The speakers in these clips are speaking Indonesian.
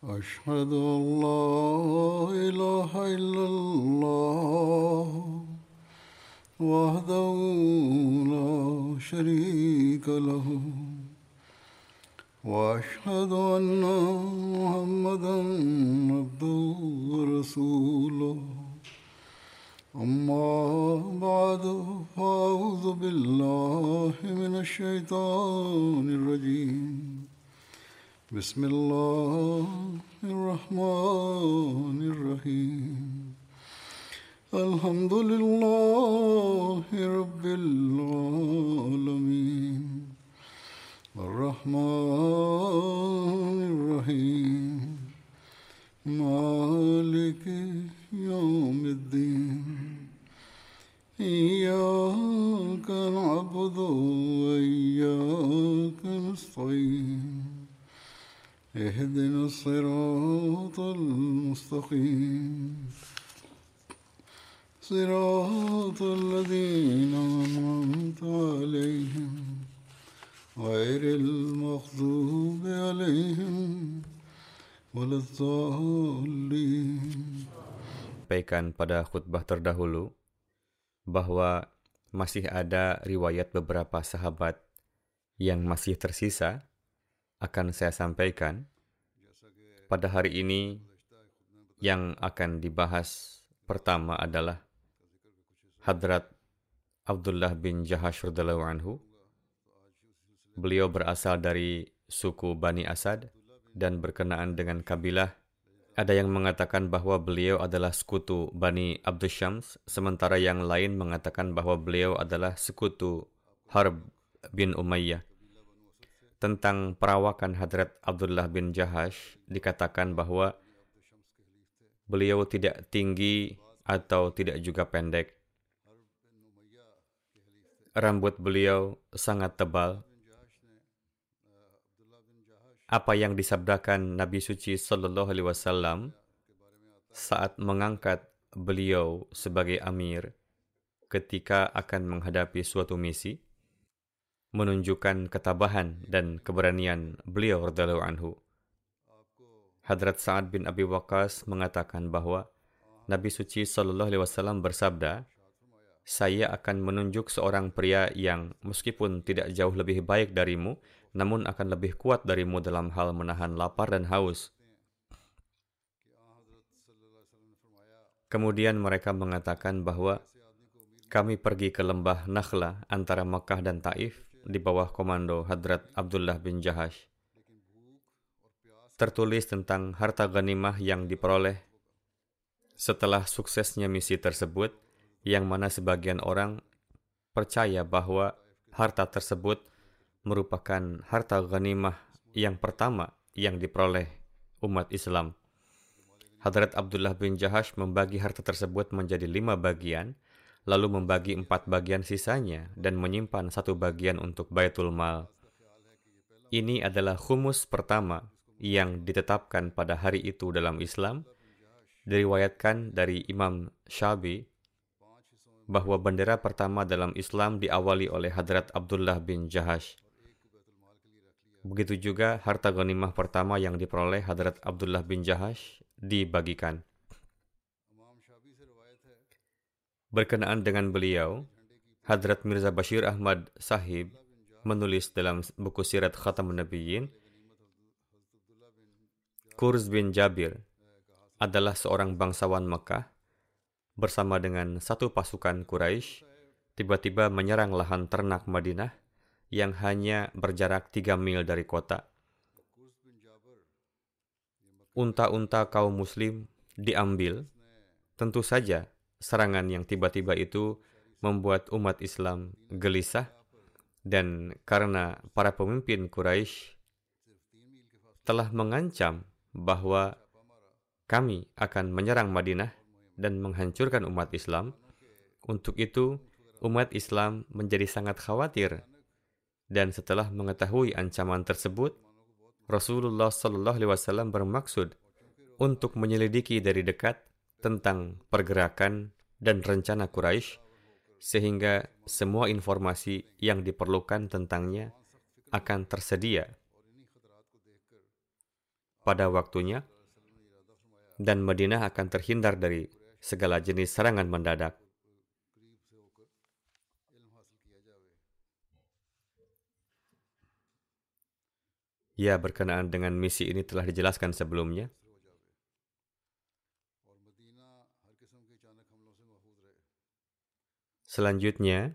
أشهد أن لا إله إلا الله وحده لا شريك له وأشهد أن محمدا عبده ورسوله أما بعد فأعوذ بالله من الشيطان الرجيم بسم الله الرحمن الرحيم الحمد لله رب العالمين الرحمن الرحيم مالك يوم الدين إياك نعبد وإياك نستعين اهدنا الصراط المستقيم صراط الذين أنعمت عليهم غير المغضوب عليهم ولا الضالين. Sampaikan pada khutbah terdahulu bahwa masih ada riwayat beberapa sahabat yang masih tersisa akan saya sampaikan. Pada hari ini yang akan dibahas pertama adalah Hadrat Abdullah bin Jahash radhiyallahu anhu. Beliau berasal dari suku Bani Asad dan berkenaan dengan kabilah. Ada yang mengatakan bahwa beliau adalah sekutu Bani Abdus Syams, sementara yang lain mengatakan bahwa beliau adalah sekutu Harb bin Umayyah. Tentang perawakan Hadrat Abdullah bin Jahash, dikatakan bahwa beliau tidak tinggi atau tidak juga pendek. Rambut beliau sangat tebal. Apa yang disabdakan Nabi Suci Sallallahu Alaihi Wasallam saat mengangkat beliau sebagai amir ketika akan menghadapi suatu misi menunjukkan ketabahan dan keberanian beliau radhiyallahu anhu. Hadrat Sa'ad bin Abi Waqqas mengatakan bahwa Nabi Suci Sallallahu Alaihi Wasallam bersabda, "Saya akan menunjuk seorang pria yang meskipun tidak jauh lebih baik darimu, namun akan lebih kuat darimu dalam hal menahan lapar dan haus." Kemudian mereka mengatakan bahwa kami pergi ke lembah Nakhla antara Makkah dan Taif di bawah komando Hadrat Abdullah bin Jahash. Tertulis tentang harta ghanimah yang diperoleh setelah suksesnya misi tersebut, yang mana sebagian orang percaya bahwa harta tersebut merupakan harta ghanimah yang pertama yang diperoleh umat Islam. Hadrat Abdullah bin Jahash membagi harta tersebut menjadi 5 bagian, lalu membagi 4 bagian sisanya dan menyimpan 1 bagian untuk Baitul Mal. Ini adalah khumus pertama yang ditetapkan pada hari itu dalam Islam. Diriwayatkan dari Imam Syafi'i bahwa bendera pertama dalam Islam diawali oleh Hadrat Abdullah bin Jahash. Begitu juga harta ghanimah pertama yang diperoleh Hadrat Abdullah bin Jahash dibagikan. Berkenaan dengan beliau, Hadrat Mirza Bashir Ahmad Sahib menulis dalam buku Sirat Khatamun Nabiyyin, Kurz bin Jabir adalah seorang bangsawan Mekah bersama dengan satu pasukan Quraisy tiba-tiba menyerang lahan ternak Madinah yang hanya berjarak 3 mil dari kota. Unta-unta kaum muslim diambil. Tentu saja serangan yang tiba-tiba itu membuat umat Islam gelisah, dan karena para pemimpin Quraisy telah mengancam bahwa kami akan menyerang Madinah dan menghancurkan umat Islam, untuk itu umat Islam menjadi sangat khawatir. Dan setelah mengetahui ancaman tersebut, Rasulullah Sallallahu Alaihi Wasallam bermaksud untuk menyelidiki dari dekat tentang pergerakan dan rencana Quraisy, sehingga semua informasi yang diperlukan tentangnya akan tersedia. Pada waktunya, dan Madinah akan terhindar dari segala jenis serangan mendadak. Ya, berkenaan dengan misi ini telah dijelaskan sebelumnya. Selanjutnya,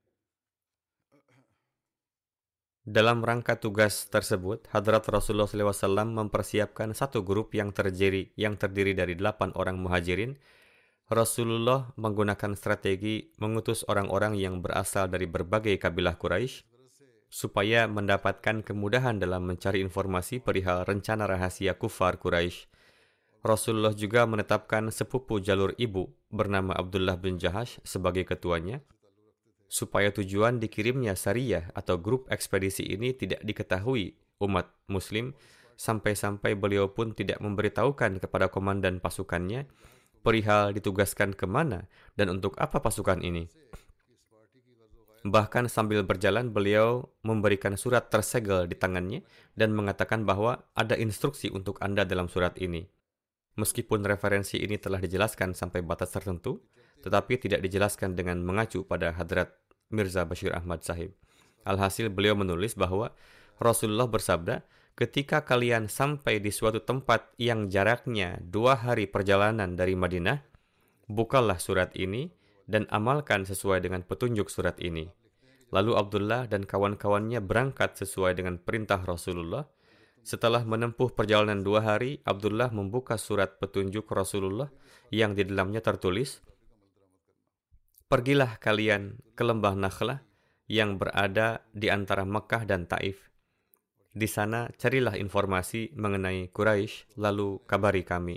dalam rangka tugas tersebut, Hadrat Rasulullah SAW mempersiapkan satu grup yang terdiri dari 8 orang muhajirin. Rasulullah menggunakan strategi mengutus orang-orang yang berasal dari berbagai kabilah Quraisy supaya mendapatkan kemudahan dalam mencari informasi perihal rencana rahasia kufar Quraisy. Rasulullah juga menetapkan sepupu jalur ibu bernama Abdullah bin Jahash sebagai ketuanya, supaya tujuan dikirimnya Sariyah atau grup ekspedisi ini tidak diketahui umat muslim, sampai-sampai beliau pun tidak memberitahukan kepada komandan pasukannya perihal ditugaskan kemana dan untuk apa pasukan ini. Bahkan sambil berjalan beliau memberikan surat tersegel di tangannya dan mengatakan bahwa ada instruksi untuk Anda dalam surat ini. Meskipun referensi ini telah dijelaskan sampai batas tertentu, tetapi tidak dijelaskan dengan mengacu pada Hadrat Mirza Bashir Ahmad Sahib. Alhasil beliau menulis bahwa Rasulullah bersabda, ketika kalian sampai di suatu tempat yang jaraknya 2 hari perjalanan dari Madinah, bukalah surat ini dan amalkan sesuai dengan petunjuk surat ini. Lalu Abdullah dan kawan-kawannya berangkat sesuai dengan perintah Rasulullah. Setelah menempuh perjalanan 2 hari, Abdullah membuka surat petunjuk Rasulullah yang di dalamnya tertulis, "Pergilah kalian ke lembah Nakhlah yang berada di antara Mekah dan Taif. Di sana carilah informasi mengenai Quraisy, lalu kabari kami."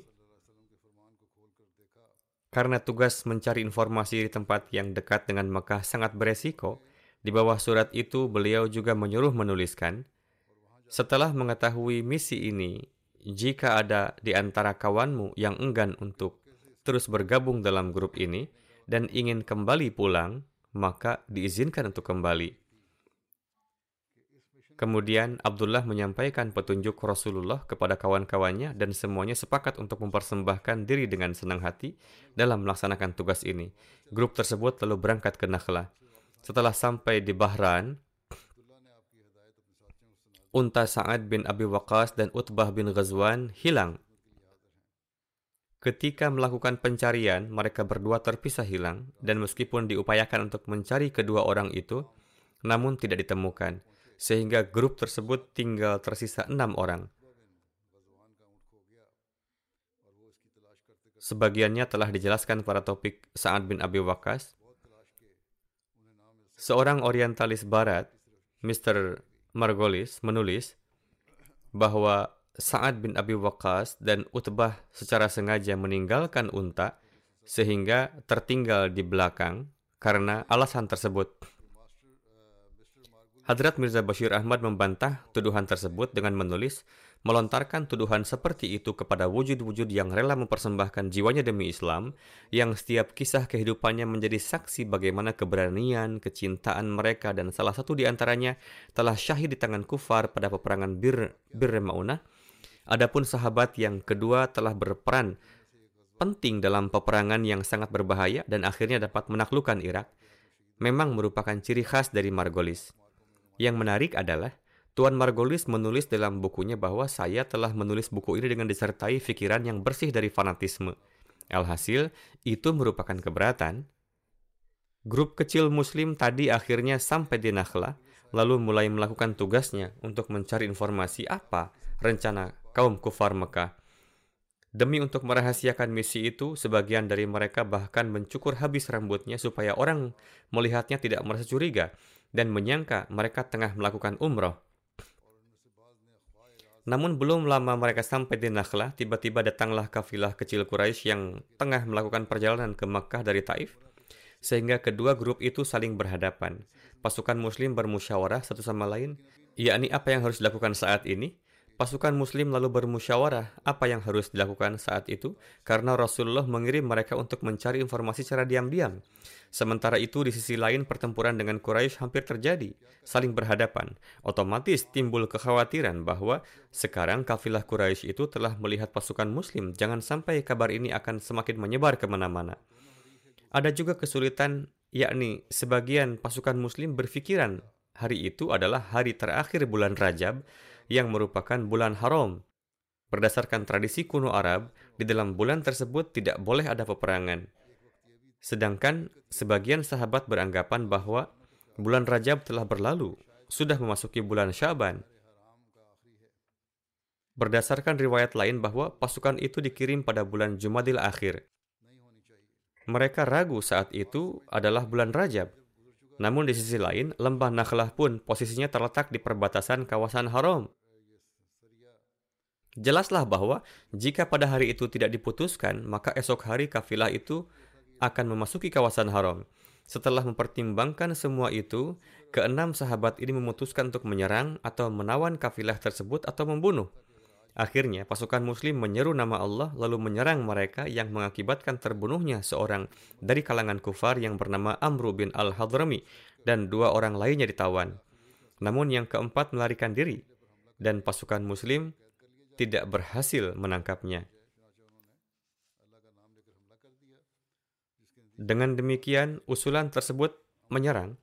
Karena tugas mencari informasi di tempat yang dekat dengan Mekah sangat beresiko, di bawah surat itu beliau juga menyuruh menuliskan, "Setelah mengetahui misi ini, jika ada di antara kawanmu yang enggan untuk terus bergabung dalam grup ini dan ingin kembali pulang, maka diizinkan untuk kembali." Kemudian Abdullah menyampaikan petunjuk Rasulullah kepada kawan-kawannya dan semuanya sepakat untuk mempersembahkan diri dengan senang hati dalam melaksanakan tugas ini. Grup tersebut lalu berangkat ke Nakhlah. Setelah sampai di Bahran, unta Sa'ad bin Abi Waqqas dan Utbah bin Ghazwan hilang. Ketika melakukan pencarian, mereka berdua terpisah hilang, dan meskipun diupayakan untuk mencari kedua orang itu, namun tidak ditemukan, sehingga grup tersebut tinggal tersisa 6 orang. Sebagiannya telah dijelaskan pada topik Sa'ad bin Abi Waqqas. Seorang orientalis barat, Mr. Margolis, menulis bahwa Sa'ad bin Abi Waqqas dan Utbah secara sengaja meninggalkan unta sehingga tertinggal di belakang karena alasan tersebut. Hadrat Mirza Bashir Ahmad membantah tuduhan tersebut dengan menulis, melontarkan tuduhan seperti itu kepada wujud-wujud yang rela mempersembahkan jiwanya demi Islam, yang setiap kisah kehidupannya menjadi saksi bagaimana keberanian, kecintaan mereka, dan salah satu di antaranya telah syahid di tangan kufar pada peperangan Bir Ma'unah. Adapun sahabat yang kedua telah berperan penting dalam peperangan yang sangat berbahaya dan akhirnya dapat menaklukkan Irak, memang merupakan ciri khas dari Margolis. Yang menarik adalah Tuan Margolis menulis dalam bukunya bahwa saya telah menulis buku ini dengan disertai fikiran yang bersih dari fanatisme. Alhasil, itu merupakan keberatan. Grup kecil Muslim tadi akhirnya sampai di Nakhlah, lalu mulai melakukan tugasnya untuk mencari informasi apa rencana kaum kufar Mekah. Demi untuk merahasiakan misi itu, sebagian dari mereka bahkan mencukur habis rambutnya supaya orang melihatnya tidak merasa curiga dan menyangka mereka tengah melakukan umroh. Namun belum lama mereka sampai di Nakhlah, tiba-tiba datanglah kafilah kecil Quraisy yang tengah melakukan perjalanan ke Makkah dari Taif, sehingga kedua grup itu saling berhadapan. Pasukan Muslim bermusyawarah satu sama lain, yakni apa yang harus dilakukan saat ini. Pasukan muslim lalu bermusyawarah apa yang harus dilakukan saat itu karena Rasulullah mengirim mereka untuk mencari informasi secara diam-diam. Sementara itu di sisi lain pertempuran dengan Quraisy hampir terjadi, saling berhadapan. Otomatis timbul kekhawatiran bahwa sekarang kafilah Quraisy itu telah melihat pasukan muslim, jangan sampai kabar ini akan semakin menyebar kemana-mana. Ada juga kesulitan, yakni sebagian pasukan muslim berpikiran hari itu adalah hari terakhir bulan Rajab yang merupakan bulan haram. Berdasarkan tradisi kuno Arab, di dalam bulan tersebut tidak boleh ada peperangan. Sedangkan sebagian sahabat beranggapan bahwa bulan Rajab telah berlalu, sudah memasuki bulan Syaban. Berdasarkan riwayat lain bahwa pasukan itu dikirim pada bulan Jumadil Akhir. Mereka ragu saat itu adalah bulan Rajab. Namun di sisi lain, lembah Nakhlah pun posisinya terletak di perbatasan kawasan haram. Jelaslah bahwa jika pada hari itu tidak diputuskan, maka esok hari kafilah itu akan memasuki kawasan haram. Setelah mempertimbangkan semua itu, keenam sahabat ini memutuskan untuk menyerang atau menawan kafilah tersebut atau membunuh. Akhirnya, pasukan muslim menyeru nama Allah lalu menyerang mereka yang mengakibatkan terbunuhnya seorang dari kalangan kufar yang bernama Amr bin al-Hadrami dan 2 orang lainnya ditawan. Namun yang keempat melarikan diri dan pasukan muslim tidak berhasil menangkapnya. Dengan demikian, usulan tersebut menyerang.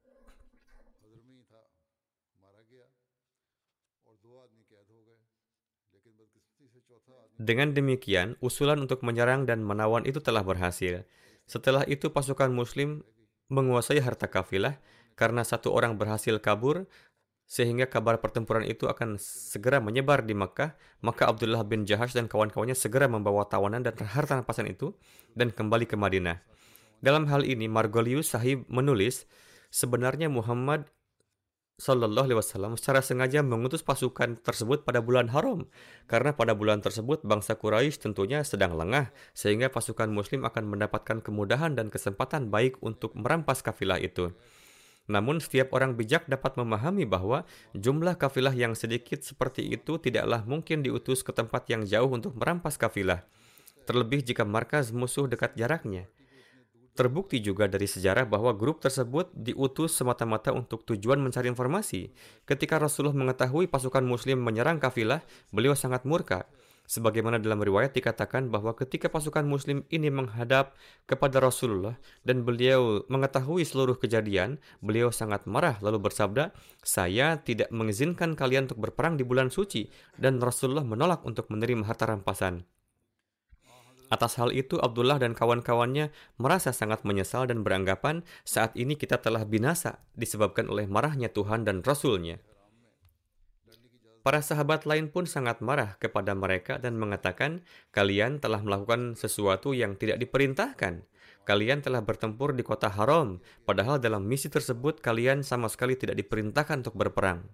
Dengan demikian, usulan untuk menyerang dan menawan itu telah berhasil. Setelah itu pasukan muslim menguasai harta kafilah karena 1 orang berhasil kabur, sehingga kabar pertempuran itu akan segera menyebar di Makkah, maka Abdullah bin Jahash dan kawan-kawannya segera membawa tawanan dan harta rampasan itu dan kembali ke Madinah. Dalam hal ini, Margolius Sahib menulis, sebenarnya Muhammad Sallallahu Alaihi Wasallam secara sengaja mengutus pasukan tersebut pada bulan haram, karena pada bulan tersebut bangsa Quraisy tentunya sedang lengah, sehingga pasukan muslim akan mendapatkan kemudahan dan kesempatan baik untuk merampas kafilah itu. Namun setiap orang bijak dapat memahami bahwa jumlah kafilah yang sedikit seperti itu tidaklah mungkin diutus ke tempat yang jauh untuk merampas kafilah, terlebih jika markas musuh dekat jaraknya. Terbukti juga dari sejarah bahwa grup tersebut diutus semata-mata untuk tujuan mencari informasi. Ketika Rasulullah mengetahui pasukan muslim menyerang kafilah, beliau sangat murka. Sebagaimana dalam riwayat dikatakan bahwa ketika pasukan muslim ini menghadap kepada Rasulullah dan beliau mengetahui seluruh kejadian, beliau sangat marah lalu bersabda, "Saya tidak mengizinkan kalian untuk berperang di bulan suci," dan Rasulullah menolak untuk menerima harta rampasan. Atas hal itu, Abdullah dan kawan-kawannya merasa sangat menyesal dan beranggapan saat ini kita telah binasa disebabkan oleh marahnya Tuhan dan Rasul-Nya. Para sahabat lain pun sangat marah kepada mereka dan mengatakan, kalian telah melakukan sesuatu yang tidak diperintahkan. Kalian telah bertempur di kota haram, padahal dalam misi tersebut kalian sama sekali tidak diperintahkan untuk berperang.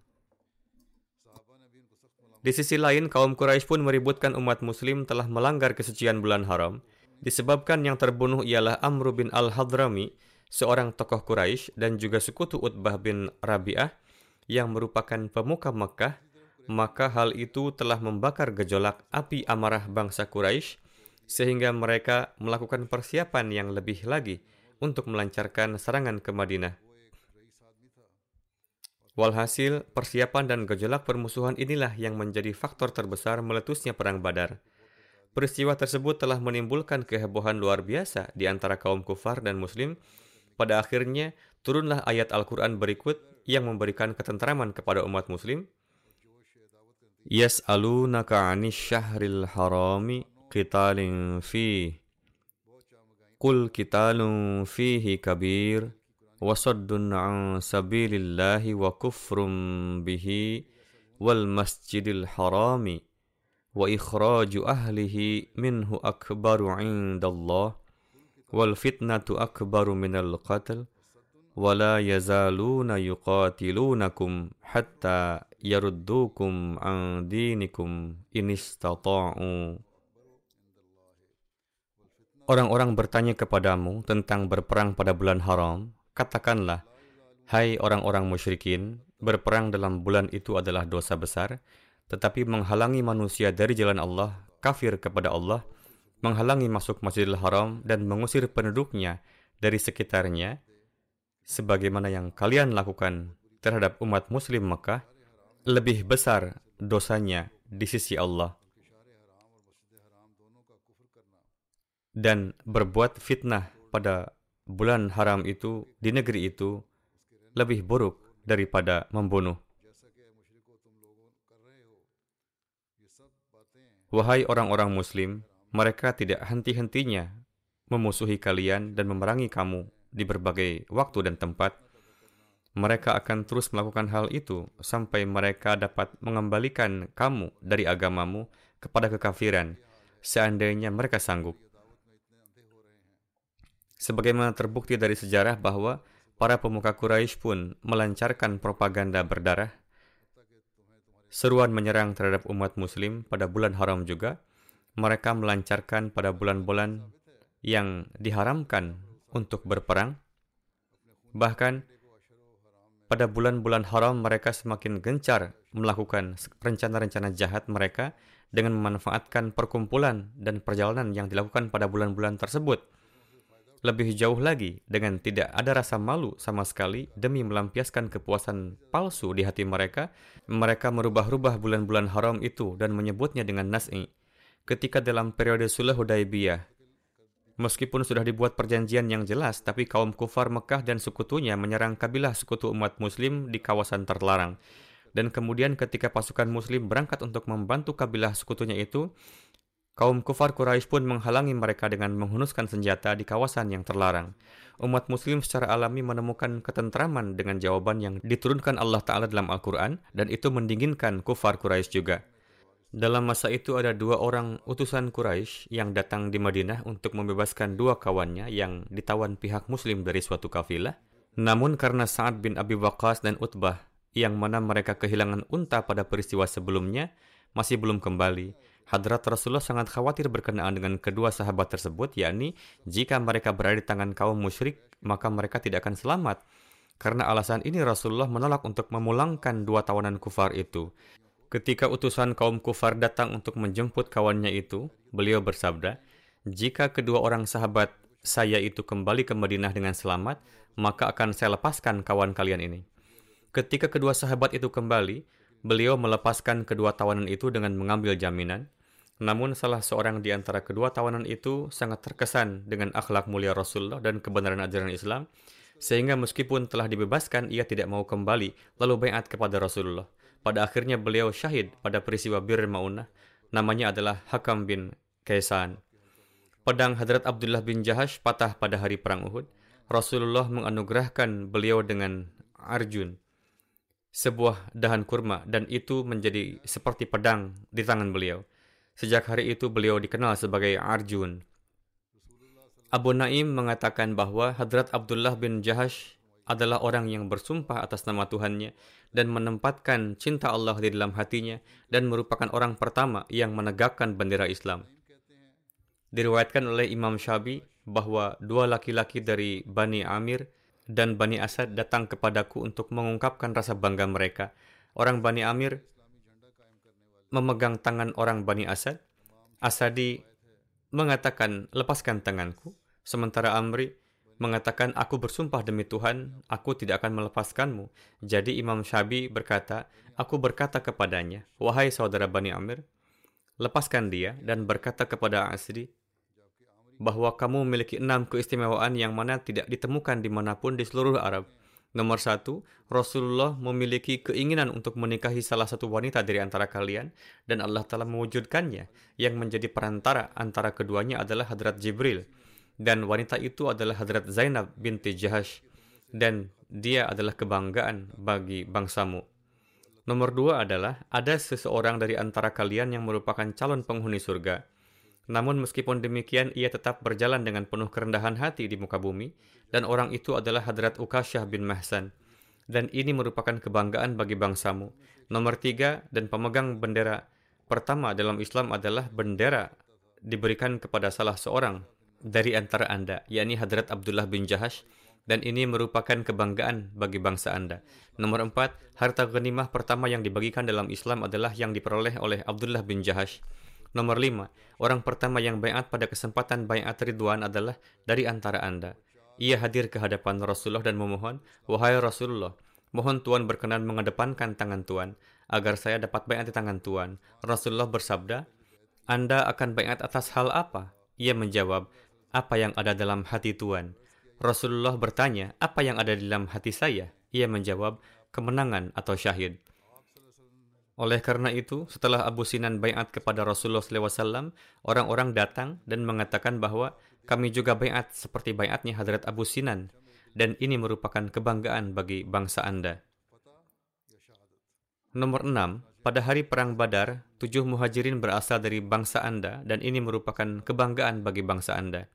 Di sisi lain, kaum Quraisy pun meributkan umat muslim telah melanggar kesucian bulan haram. Disebabkan yang terbunuh ialah Amr bin al-Hadrami, seorang tokoh Quraisy dan juga sekutu Utbah bin Rabi'ah yang merupakan pemuka Makkah, maka hal itu telah membakar gejolak api amarah bangsa Quraisy sehingga mereka melakukan persiapan yang lebih lagi untuk melancarkan serangan ke Madinah. Walhasil, persiapan dan gejolak permusuhan inilah yang menjadi faktor terbesar meletusnya Perang Badar. Peristiwa tersebut telah menimbulkan kehebohan luar biasa di antara kaum kufar dan muslim. Pada akhirnya, turunlah ayat Al-Quran berikut yang memberikan ketentraman kepada umat muslim. Yas'alunaka 'anis syahril harami qitalin fihi qul qitalun fihi kabir wa saddun 'an sabilillahi wa kufrum bihi wal masjidil harami wa ikhraju ahlihi minhu akbaru 'indallah wal fitnatu akbaru minal qatl wala yazaluna yuqatilunakum hatta yaruddukum an dinikum inistata'u. Orang-orang bertanya kepadamu tentang berperang pada bulan haram. Katakanlah, hai orang-orang musyrikin, berperang dalam bulan itu adalah dosa besar, tetapi menghalangi manusia dari jalan Allah, kafir kepada Allah, menghalangi masuk Masjidil Haram dan mengusir penduduknya dari sekitarnya, sebagaimana yang kalian lakukan terhadap umat muslim Mekah, lebih besar dosanya di sisi Allah. Dan berbuat fitnah pada bulan haram itu, di negeri itu, lebih buruk daripada membunuh. Wahai orang-orang muslim, mereka tidak henti-hentinya memusuhi kalian dan memerangi kamu di berbagai waktu dan tempat. Mereka akan terus melakukan hal itu sampai mereka dapat mengembalikan kamu dari agamamu kepada kekafiran, seandainya mereka sanggup. Sebagaimana terbukti dari sejarah bahwa para pemuka Quraisy pun melancarkan propaganda berdarah, seruan menyerang terhadap umat muslim pada bulan haram juga. Mereka melancarkan pada bulan-bulan yang diharamkan untuk berperang. Bahkan pada bulan-bulan haram mereka semakin gencar melakukan rencana-rencana jahat mereka dengan memanfaatkan perkumpulan dan perjalanan yang dilakukan pada bulan-bulan tersebut. Lebih jauh lagi, dengan tidak ada rasa malu sama sekali demi melampiaskan kepuasan palsu di hati mereka, mereka merubah-rubah bulan-bulan haram itu dan menyebutnya dengan nas'i. Ketika dalam periode Sulh Hudaybiyah, meskipun sudah dibuat perjanjian yang jelas, tapi kaum kufar Mekah dan sekutunya menyerang kabilah sekutu umat muslim di kawasan terlarang. Dan kemudian ketika pasukan muslim berangkat untuk membantu kabilah sekutunya itu, kaum kufar Quraisy pun menghalangi mereka dengan menghunuskan senjata di kawasan yang terlarang. Umat muslim secara alami menemukan ketentraman dengan jawaban yang diturunkan Allah Ta'ala dalam Al-Quran, dan itu mendinginkan kufar Quraisy juga. Dalam masa itu ada 2 orang utusan Quraisy yang datang di Madinah untuk membebaskan 2 kawannya yang ditawan pihak muslim dari suatu kafilah. Namun karena Sa'ad bin Abi Waqqas dan Utbah, yang mana mereka kehilangan unta pada peristiwa sebelumnya, masih belum kembali, Hadrat Rasulullah sangat khawatir berkenaan dengan kedua sahabat tersebut, yakni jika mereka berada di tangan kaum musyrik, maka mereka tidak akan selamat. Karena alasan ini Rasulullah menolak untuk memulangkan 2 tawanan kufar itu. Ketika utusan kaum kufar datang untuk menjemput kawannya itu, beliau bersabda, jika kedua orang sahabat saya itu kembali ke Madinah dengan selamat, maka akan saya lepaskan kawan kalian ini. Ketika kedua sahabat itu kembali, beliau melepaskan kedua tawanan itu dengan mengambil jaminan. Namun salah seorang di antara kedua tawanan itu sangat terkesan dengan akhlak mulia Rasulullah dan kebenaran ajaran Islam, sehingga meskipun telah dibebaskan, ia tidak mau kembali, lalu baiat kepada Rasulullah. Pada akhirnya beliau syahid pada peristiwa Bir Ma'unah. Namanya adalah Hakam bin Kaisan. Pedang Hadrat Abdullah bin Jahash patah pada hari perang Uhud. Rasulullah menganugerahkan beliau dengan Arjun, sebuah dahan kurma, dan itu menjadi seperti pedang di tangan beliau. Sejak hari itu beliau dikenal sebagai Arjun. Abu Naim mengatakan bahwa Hadrat Abdullah bin Jahash adalah orang yang bersumpah atas nama Tuhannya dan menempatkan cinta Allah di dalam hatinya dan merupakan orang pertama yang menegakkan bendera Islam. Diriwayatkan oleh Imam Syafi'i bahwa 2 laki-laki dari Bani Amir dan Bani Asad datang kepadaku untuk mengungkapkan rasa bangga mereka. Orang Bani Amir memegang tangan orang Bani Asad. Asadi mengatakan, lepaskan tanganku. Sementara Amri mengatakan, aku bersumpah demi Tuhan, aku tidak akan melepaskanmu. Jadi Imam Syafi'i berkata, aku berkata kepadanya, wahai saudara Bani Amir, lepaskan dia, dan berkata kepada Asadi, bahwa kamu memiliki 6 keistimewaan yang mana tidak ditemukan dimanapun di seluruh Arab. Nomor 1, Rasulullah memiliki keinginan untuk menikahi salah satu wanita dari antara kalian, dan Allah telah mewujudkannya. Yang menjadi perantara antara keduanya adalah Hadrat Jibril, dan wanita itu adalah Hadrat Zainab binti Jahash, dan dia adalah kebanggaan bagi bangsamu. Nomor 2 adalah, ada seseorang dari antara kalian yang merupakan calon penghuni surga. Namun meskipun demikian, ia tetap berjalan dengan penuh kerendahan hati di muka bumi, dan orang itu adalah Hadrat Ukasyah bin Mahsan, dan ini merupakan kebanggaan bagi bangsamu. Nomor 3, dan pemegang bendera pertama dalam Islam adalah bendera diberikan kepada salah seorang dari antara anda, yakni Hadrat Abdullah bin Jahash, dan ini merupakan kebanggaan bagi bangsa Anda. Nomor 4, harta ghanimah pertama yang dibagikan dalam Islam adalah yang diperoleh oleh Abdullah bin Jahash. Nomor 5, orang pertama yang baiat pada kesempatan baiat Ridwan adalah dari antara Anda. Ia hadir ke hadapan Rasulullah dan memohon, "Wahai Rasulullah, mohon Tuan berkenan mengedepankan tangan Tuan, agar saya dapat baiat di tangan Tuan." Rasulullah bersabda, "Anda akan baiat atas hal apa?" Ia menjawab, "Apa yang ada dalam hati Tuan." Rasulullah bertanya, "Apa yang ada di dalam hati saya?" Ia menjawab, "Kemenangan atau syahid." Oleh karena itu, setelah Abu Sinan baiat kepada Rasulullah SAW, orang-orang datang dan mengatakan bahwa kami juga baiat seperti baiatnya Hadrat Abu Sinan, dan ini merupakan kebanggaan bagi bangsa Anda. Nomor 6, pada hari Perang Badar, 7 muhajirin berasal dari bangsa Anda, dan ini merupakan kebanggaan bagi bangsa Anda.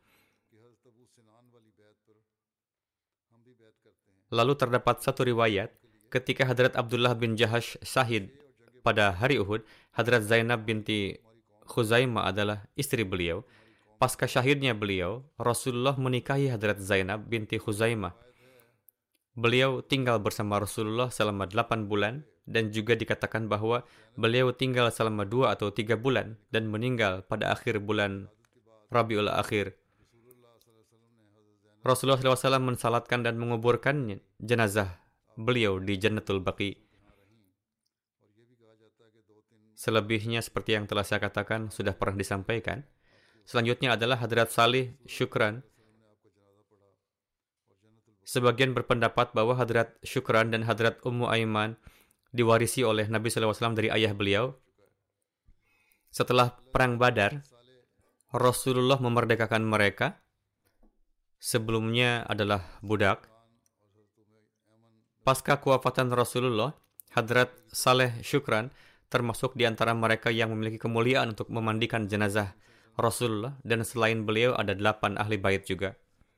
Lalu terdapat satu riwayat, ketika Hadrat Abdullah bin Jahash syahid pada hari Uhud, Hadrat Zainab binti Khuzaimah adalah istri beliau. Pasca syahidnya beliau, Rasulullah menikahi Hadrat Zainab binti Khuzaimah. Beliau tinggal bersama Rasulullah selama 8 bulan, dan juga dikatakan bahwa beliau tinggal selama 2 atau 3 bulan dan meninggal pada akhir bulan Rabiul Akhir. Rasulullah SAW mensalatkan dan menguburkan jenazah beliau di Jannatul Baqi. Selebihnya seperti yang telah saya katakan sudah pernah disampaikan. Selanjutnya adalah Hadrat Salih Syukran. Sebagian berpendapat bahwa Hadrat Syukran dan Hadrat Ummu Aiman diwarisi oleh Nabi SAW dari ayah beliau. Setelah Perang Badar, Rasulullah memerdekakan mereka. Sebelumnya adalah budak. Pasca kewafatan Rasulullah, Hadrat Saleh Syukran termasuk di antara mereka yang memiliki kemuliaan untuk memandikan jenazah Rasulullah, dan selain beliau ada 8 ahli bait juga.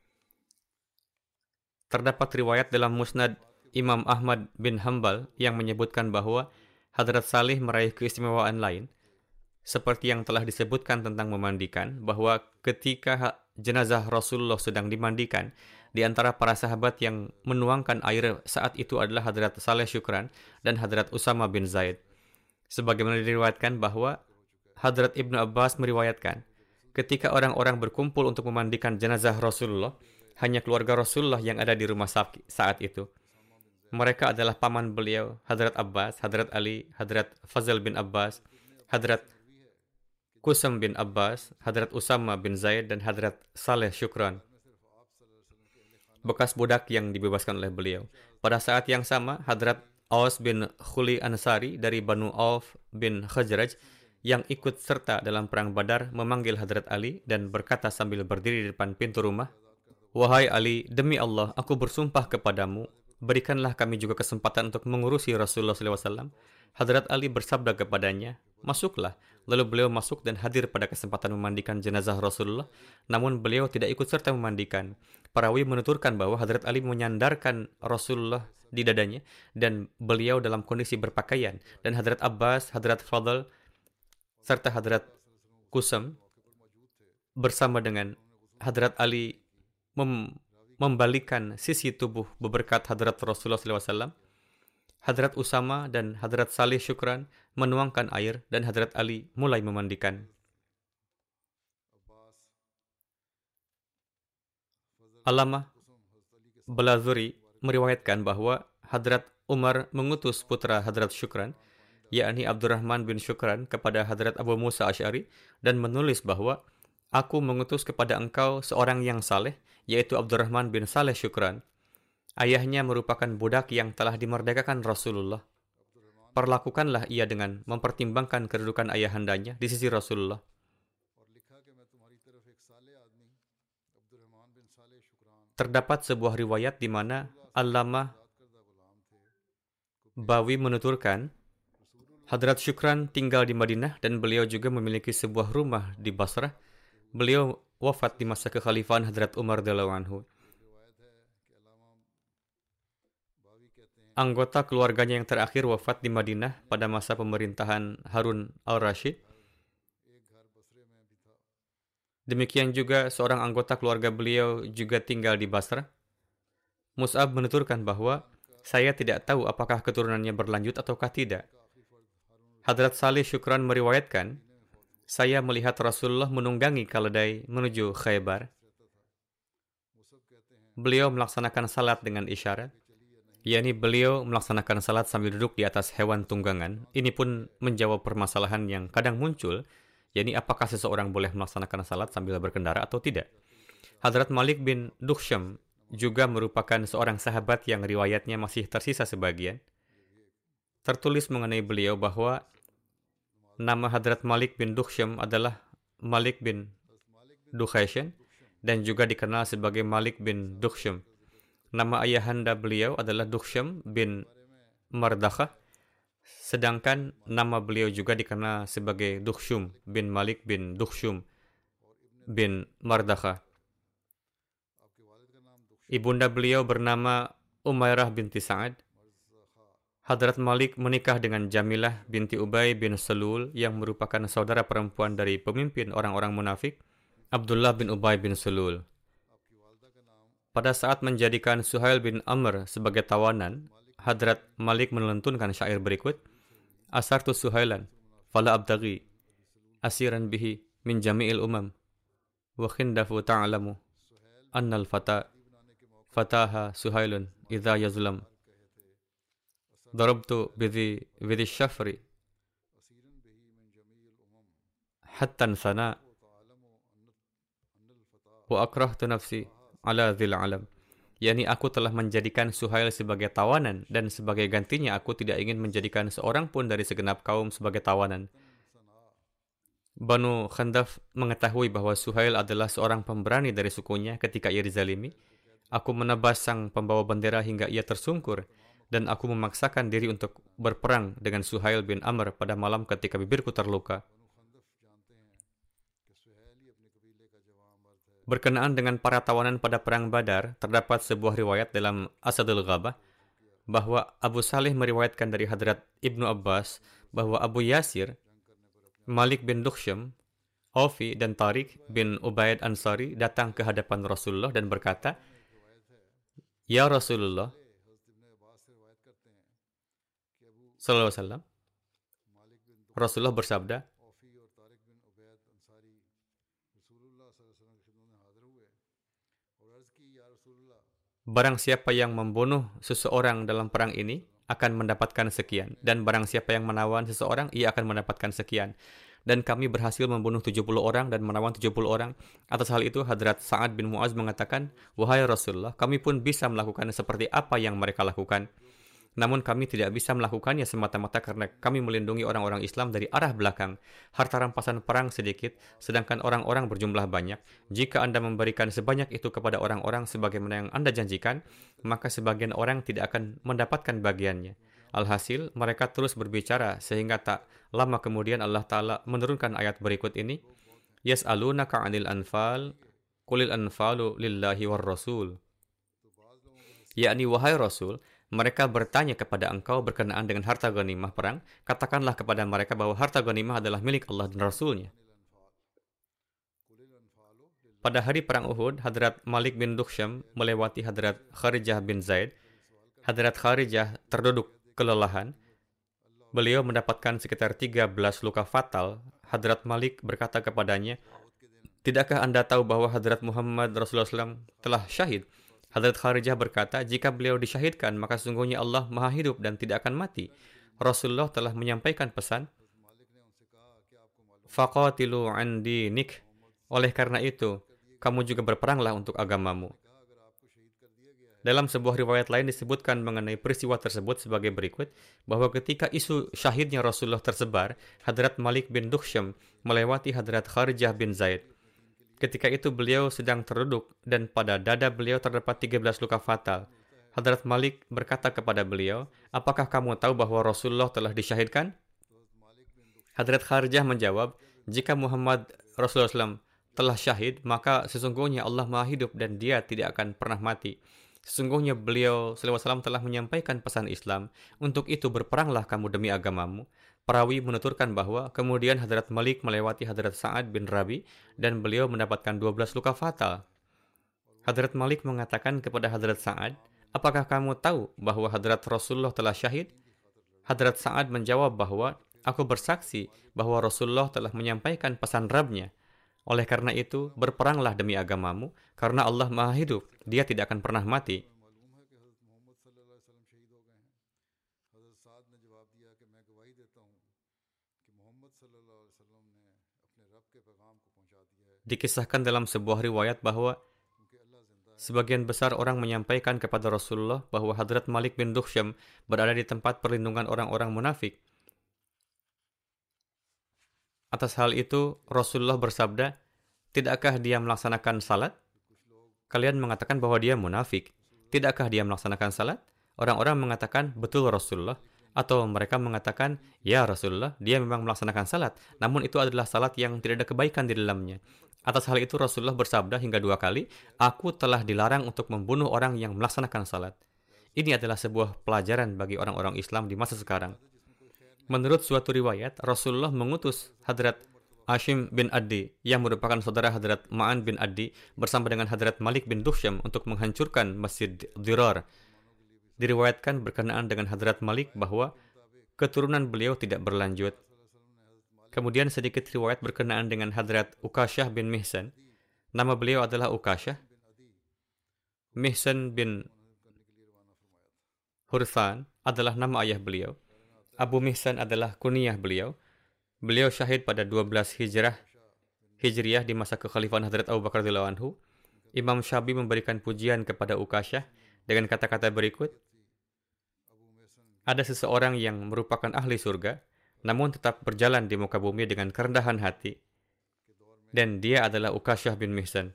Terdapat riwayat dalam Musnad Imam Ahmad bin Hanbal yang menyebutkan bahwa Hadrat Salih meraih keistimewaan lain, seperti yang telah disebutkan tentang memandikan, bahwa ketika jenazah Rasulullah sedang dimandikan, di antara para sahabat yang menuangkan air saat itu adalah Hadrat Saleh Syukran dan Hadrat Usama bin Zaid. Sebagaimana diriwayatkan bahwa Hadrat Ibnu Abbas meriwayatkan, ketika orang-orang berkumpul untuk memandikan jenazah Rasulullah, hanya keluarga Rasulullah yang ada di rumah sakit saat itu. Mereka adalah paman beliau, Hadrat Abbas, Hadrat Ali, Hadrat Fazl bin Abbas, Hadrat Qusam bin Abbas, Hadrat Usama bin Zaid, dan Hadrat Saleh Syukran, bekas budak yang dibebaskan oleh beliau. Pada saat yang sama, Hadrat Aus bin Khuli Ansari dari Banu Auf bin Khazraj yang ikut serta dalam Perang Badar memanggil Hadrat Ali dan berkata sambil berdiri di depan pintu rumah, "Wahai Ali, demi Allah, aku bersumpah kepadamu, berikanlah kami juga kesempatan untuk mengurusi Rasulullah SAW." Hadrat Ali bersabda kepadanya, "Masuklah." Lalu beliau masuk dan hadir pada kesempatan memandikan jenazah Rasulullah, namun beliau tidak ikut serta memandikan. Perawi menuturkan bahwa Hadrat Ali menyandarkan Rasulullah di dadanya dan beliau dalam kondisi berpakaian, dan Hadrat Abbas, Hadrat Fadl, serta Hadrat Qusam bersama dengan Hadrat Ali membalikkan sisi tubuh beberkat Hadrat Rasulullah SAW. Hadrat Usama dan Hadrat Salih Syukran menuangkan air dan Hadrat Ali mulai memandikan. Allamah Balazuri meriwayatkan bahwa Hadrat Umar mengutus putra Hadrat Syukran, yakni Abdurrahman bin Syukran, kepada Hadrat Abu Musa Asy'ari dan menulis bahwa, "Aku mengutus kepada engkau seorang yang saleh, yaitu Abdurrahman bin Saleh Syukran. Ayahnya merupakan budak yang telah dimerdekakan Rasulullah. Perlakukanlah ia dengan mempertimbangkan kedudukan ayahandanya di sisi Rasulullah." Terdapat sebuah riwayat di mana Allamah Bawi menuturkan, Hadrat Syukran tinggal di Madinah dan beliau juga memiliki sebuah rumah di Basrah. Beliau wafat di masa kekhalifahan Hadrat Umar radhiyallahu anhu. Anggota keluarganya yang terakhir wafat di Madinah pada masa pemerintahan Harun al-Rashid. Demikian juga seorang anggota keluarga beliau juga tinggal di Basrah. Mus'ab menuturkan bahwa saya tidak tahu apakah keturunannya berlanjut ataukah tidak. Hadrat Salih Syukran meriwayatkan, saya melihat Rasulullah menunggangi keledai menuju Khaybar. Beliau melaksanakan salat dengan isyarat, yakni beliau melaksanakan salat sambil duduk di atas hewan tunggangan. Ini pun menjawab permasalahan yang kadang muncul, yakni apakah seseorang boleh melaksanakan salat sambil berkendara atau tidak. Hadrat Malik bin Dukhsham juga merupakan seorang sahabat yang riwayatnya masih tersisa sebagian. Tertulis mengenai beliau bahwa nama Hadrat Malik bin Dukhsham adalah Malik bin Dukhayshan dan juga dikenal sebagai Malik bin Dukhsham. Nama ayahanda beliau adalah Dukhsham bin Mardakhah, sedangkan nama beliau juga dikenal sebagai Dukhshum bin Malik bin Dukhshum bin Mardakhah. Ibunda beliau bernama Umairah binti Sa'ad. Hadrat Malik menikah dengan Jamilah binti Ubay bin Salul yang merupakan saudara perempuan dari pemimpin orang-orang munafik, Abdullah bin Ubay bin Salul. Pada saat menjadikan Suhail bin Amr sebagai tawanan, Hadrat Malik melantunkan syair berikut, Asartu Suhailan, fala abdaghi, asiran bihi min jami'il umam, wa khindafu ta'alamu, annal fataha Suhailun idha yazlam. Darabtu bidhi syafri hattan sana wa akrahtu nafsi ala dhil alam. Yani aku telah menjadikan Suhail sebagai tawanan dan sebagai gantinya aku tidak ingin menjadikan seorang pun dari segenap kaum sebagai tawanan. Banu Khandaf mengetahui bahwa Suhail adalah seorang pemberani dari sukunya ketika ia dizalimi. Aku menebas sang pembawa bendera hingga ia tersungkur, dan aku memaksakan diri untuk berperang dengan Suhail bin Amr pada malam ketika bibirku terluka. Berkenaan dengan para tawanan pada perang Badar, terdapat sebuah riwayat dalam Asadul Ghabah bahwa Abu Salih meriwayatkan dari Hadrat Ibnu Abbas bahwa Abu Yasir, Malik bin Dukhsham, Aufi dan Tariq bin Ubaid Ansari datang ke hadapan Rasulullah dan berkata, Ya Rasulullah Sallallahu Alaihi Wasallam, Rasulullah bersabda, barang siapa yang membunuh seseorang dalam perang ini akan mendapatkan sekian, dan barang siapa yang menawan seseorang, ia akan mendapatkan sekian. Dan kami berhasil membunuh 70 orang dan menawan 70 orang. Atas hal itu, Hadrat Sa'ad bin Mu'az mengatakan, wahai Rasulullah, kami pun bisa melakukan seperti apa yang mereka lakukan. Namun kami tidak bisa melakukannya semata-mata karena kami melindungi orang-orang Islam dari arah belakang. Harta rampasan perang sedikit, sedangkan orang-orang berjumlah banyak. Jika Anda memberikan sebanyak itu kepada orang-orang sebagaimana yang Anda janjikan, maka sebagian orang tidak akan mendapatkan bagiannya. Alhasil, mereka terus berbicara sehingga tak lama kemudian Allah Ta'ala menurunkan ayat berikut ini. Yas'alunaka 'anil anfal, qulil anfalu lillahi war rasul. Yakni, wahai Rasul, mereka bertanya kepada engkau berkenaan dengan harta ghanimah perang. Katakanlah kepada mereka bahwa harta ghanimah adalah milik Allah dan Rasulnya. Pada hari perang Uhud, Hadrat Malik bin Dukhsham melewati Hadrat Kharijah bin Zaid. Hadrat Kharijah terduduk kelelahan. Beliau mendapatkan sekitar 13 luka fatal. Hadrat Malik berkata kepadanya, tidakkah Anda tahu bahwa Hadrat Muhammad Rasulullah SAW telah syahid? Hadrat Kharijah berkata, jika beliau disyahidkan, maka sesungguhnya Allah maha hidup dan tidak akan mati. Rasulullah telah menyampaikan pesan, faqatilu an dinik. Oleh karena itu, kamu juga berperanglah untuk agamamu. Dalam sebuah riwayat lain disebutkan mengenai peristiwa tersebut sebagai berikut, bahwa ketika isu syahidnya Rasulullah tersebar, Hadrat Malik bin Dukhsham melewati Hadrat Kharijah bin Zaid. Ketika itu beliau sedang terduduk dan pada dada beliau terdapat 13 luka fatal. Hadrat Malik berkata kepada beliau, apakah kamu tahu bahwa Rasulullah telah disyahidkan? Hadrat Kharijah menjawab, jika Muhammad Rasulullah SAW telah syahid, maka sesungguhnya Allah maha hidup dan dia tidak akan pernah mati. Sesungguhnya beliau SAW telah menyampaikan pesan Islam, untuk itu berperanglah kamu demi agamamu. Perawi menuturkan bahwa kemudian Hadrat Malik melewati Hadrat Sa'ad bin Rabi dan beliau mendapatkan 12 luka fatal. Hadrat Malik mengatakan kepada Hadrat Sa'ad, apakah kamu tahu bahwa Hadrat Rasulullah telah syahid? Hadrat Sa'ad menjawab bahwa, aku bersaksi bahwa Rasulullah telah menyampaikan pesan Rabb-Nya. Oleh karena itu, berperanglah demi agamamu, karena Allah Maha Hidup, Dia tidak akan pernah mati. Dikisahkan dalam sebuah riwayat bahwa sebagian besar orang menyampaikan kepada Rasulullah bahwa Hadrat Malik bin Dukhsyam berada di tempat perlindungan orang-orang munafik. Atas hal itu, Rasulullah bersabda, tidakkah dia melaksanakan salat? Kalian mengatakan bahwa dia munafik. Tidakkah dia melaksanakan salat? Orang-orang mengatakan, betul Rasulullah. Atau mereka mengatakan, ya Rasulullah, dia memang melaksanakan salat. Namun itu adalah salat yang tidak ada kebaikan di dalamnya. Atas hal itu Rasulullah bersabda hingga 2 kali, aku telah dilarang untuk membunuh orang yang melaksanakan salat. Ini adalah sebuah pelajaran bagi orang-orang Islam di masa sekarang. Menurut suatu riwayat, Rasulullah mengutus Hadrat Hashim bin Adi yang merupakan saudara Hadrat Ma'an bin Adi bersama dengan Hadrat Malik bin Dukhsyam untuk menghancurkan Masjid Dirar. Diriwayatkan berkenaan dengan Hadrat Malik bahwa keturunan beliau tidak berlanjut. Kemudian sedikit riwayat berkenaan dengan Hadrat Ukasyah bin Mihsan. Nama beliau adalah Ukasyah. Mihsan bin Hurthan adalah nama ayah beliau. Abu Mihsan adalah kunyah beliau. Beliau syahid pada 12 Hijriah di masa kekhalifahan Hadrat Abu Bakar radhiyallahu anhu. Imam Syafi'i memberikan pujian kepada Ukasyah dengan kata-kata berikut. Ada seseorang yang merupakan ahli surga, namun tetap berjalan di muka bumi dengan kerendahan hati. Dan dia adalah Ukasyah bin Mihsan.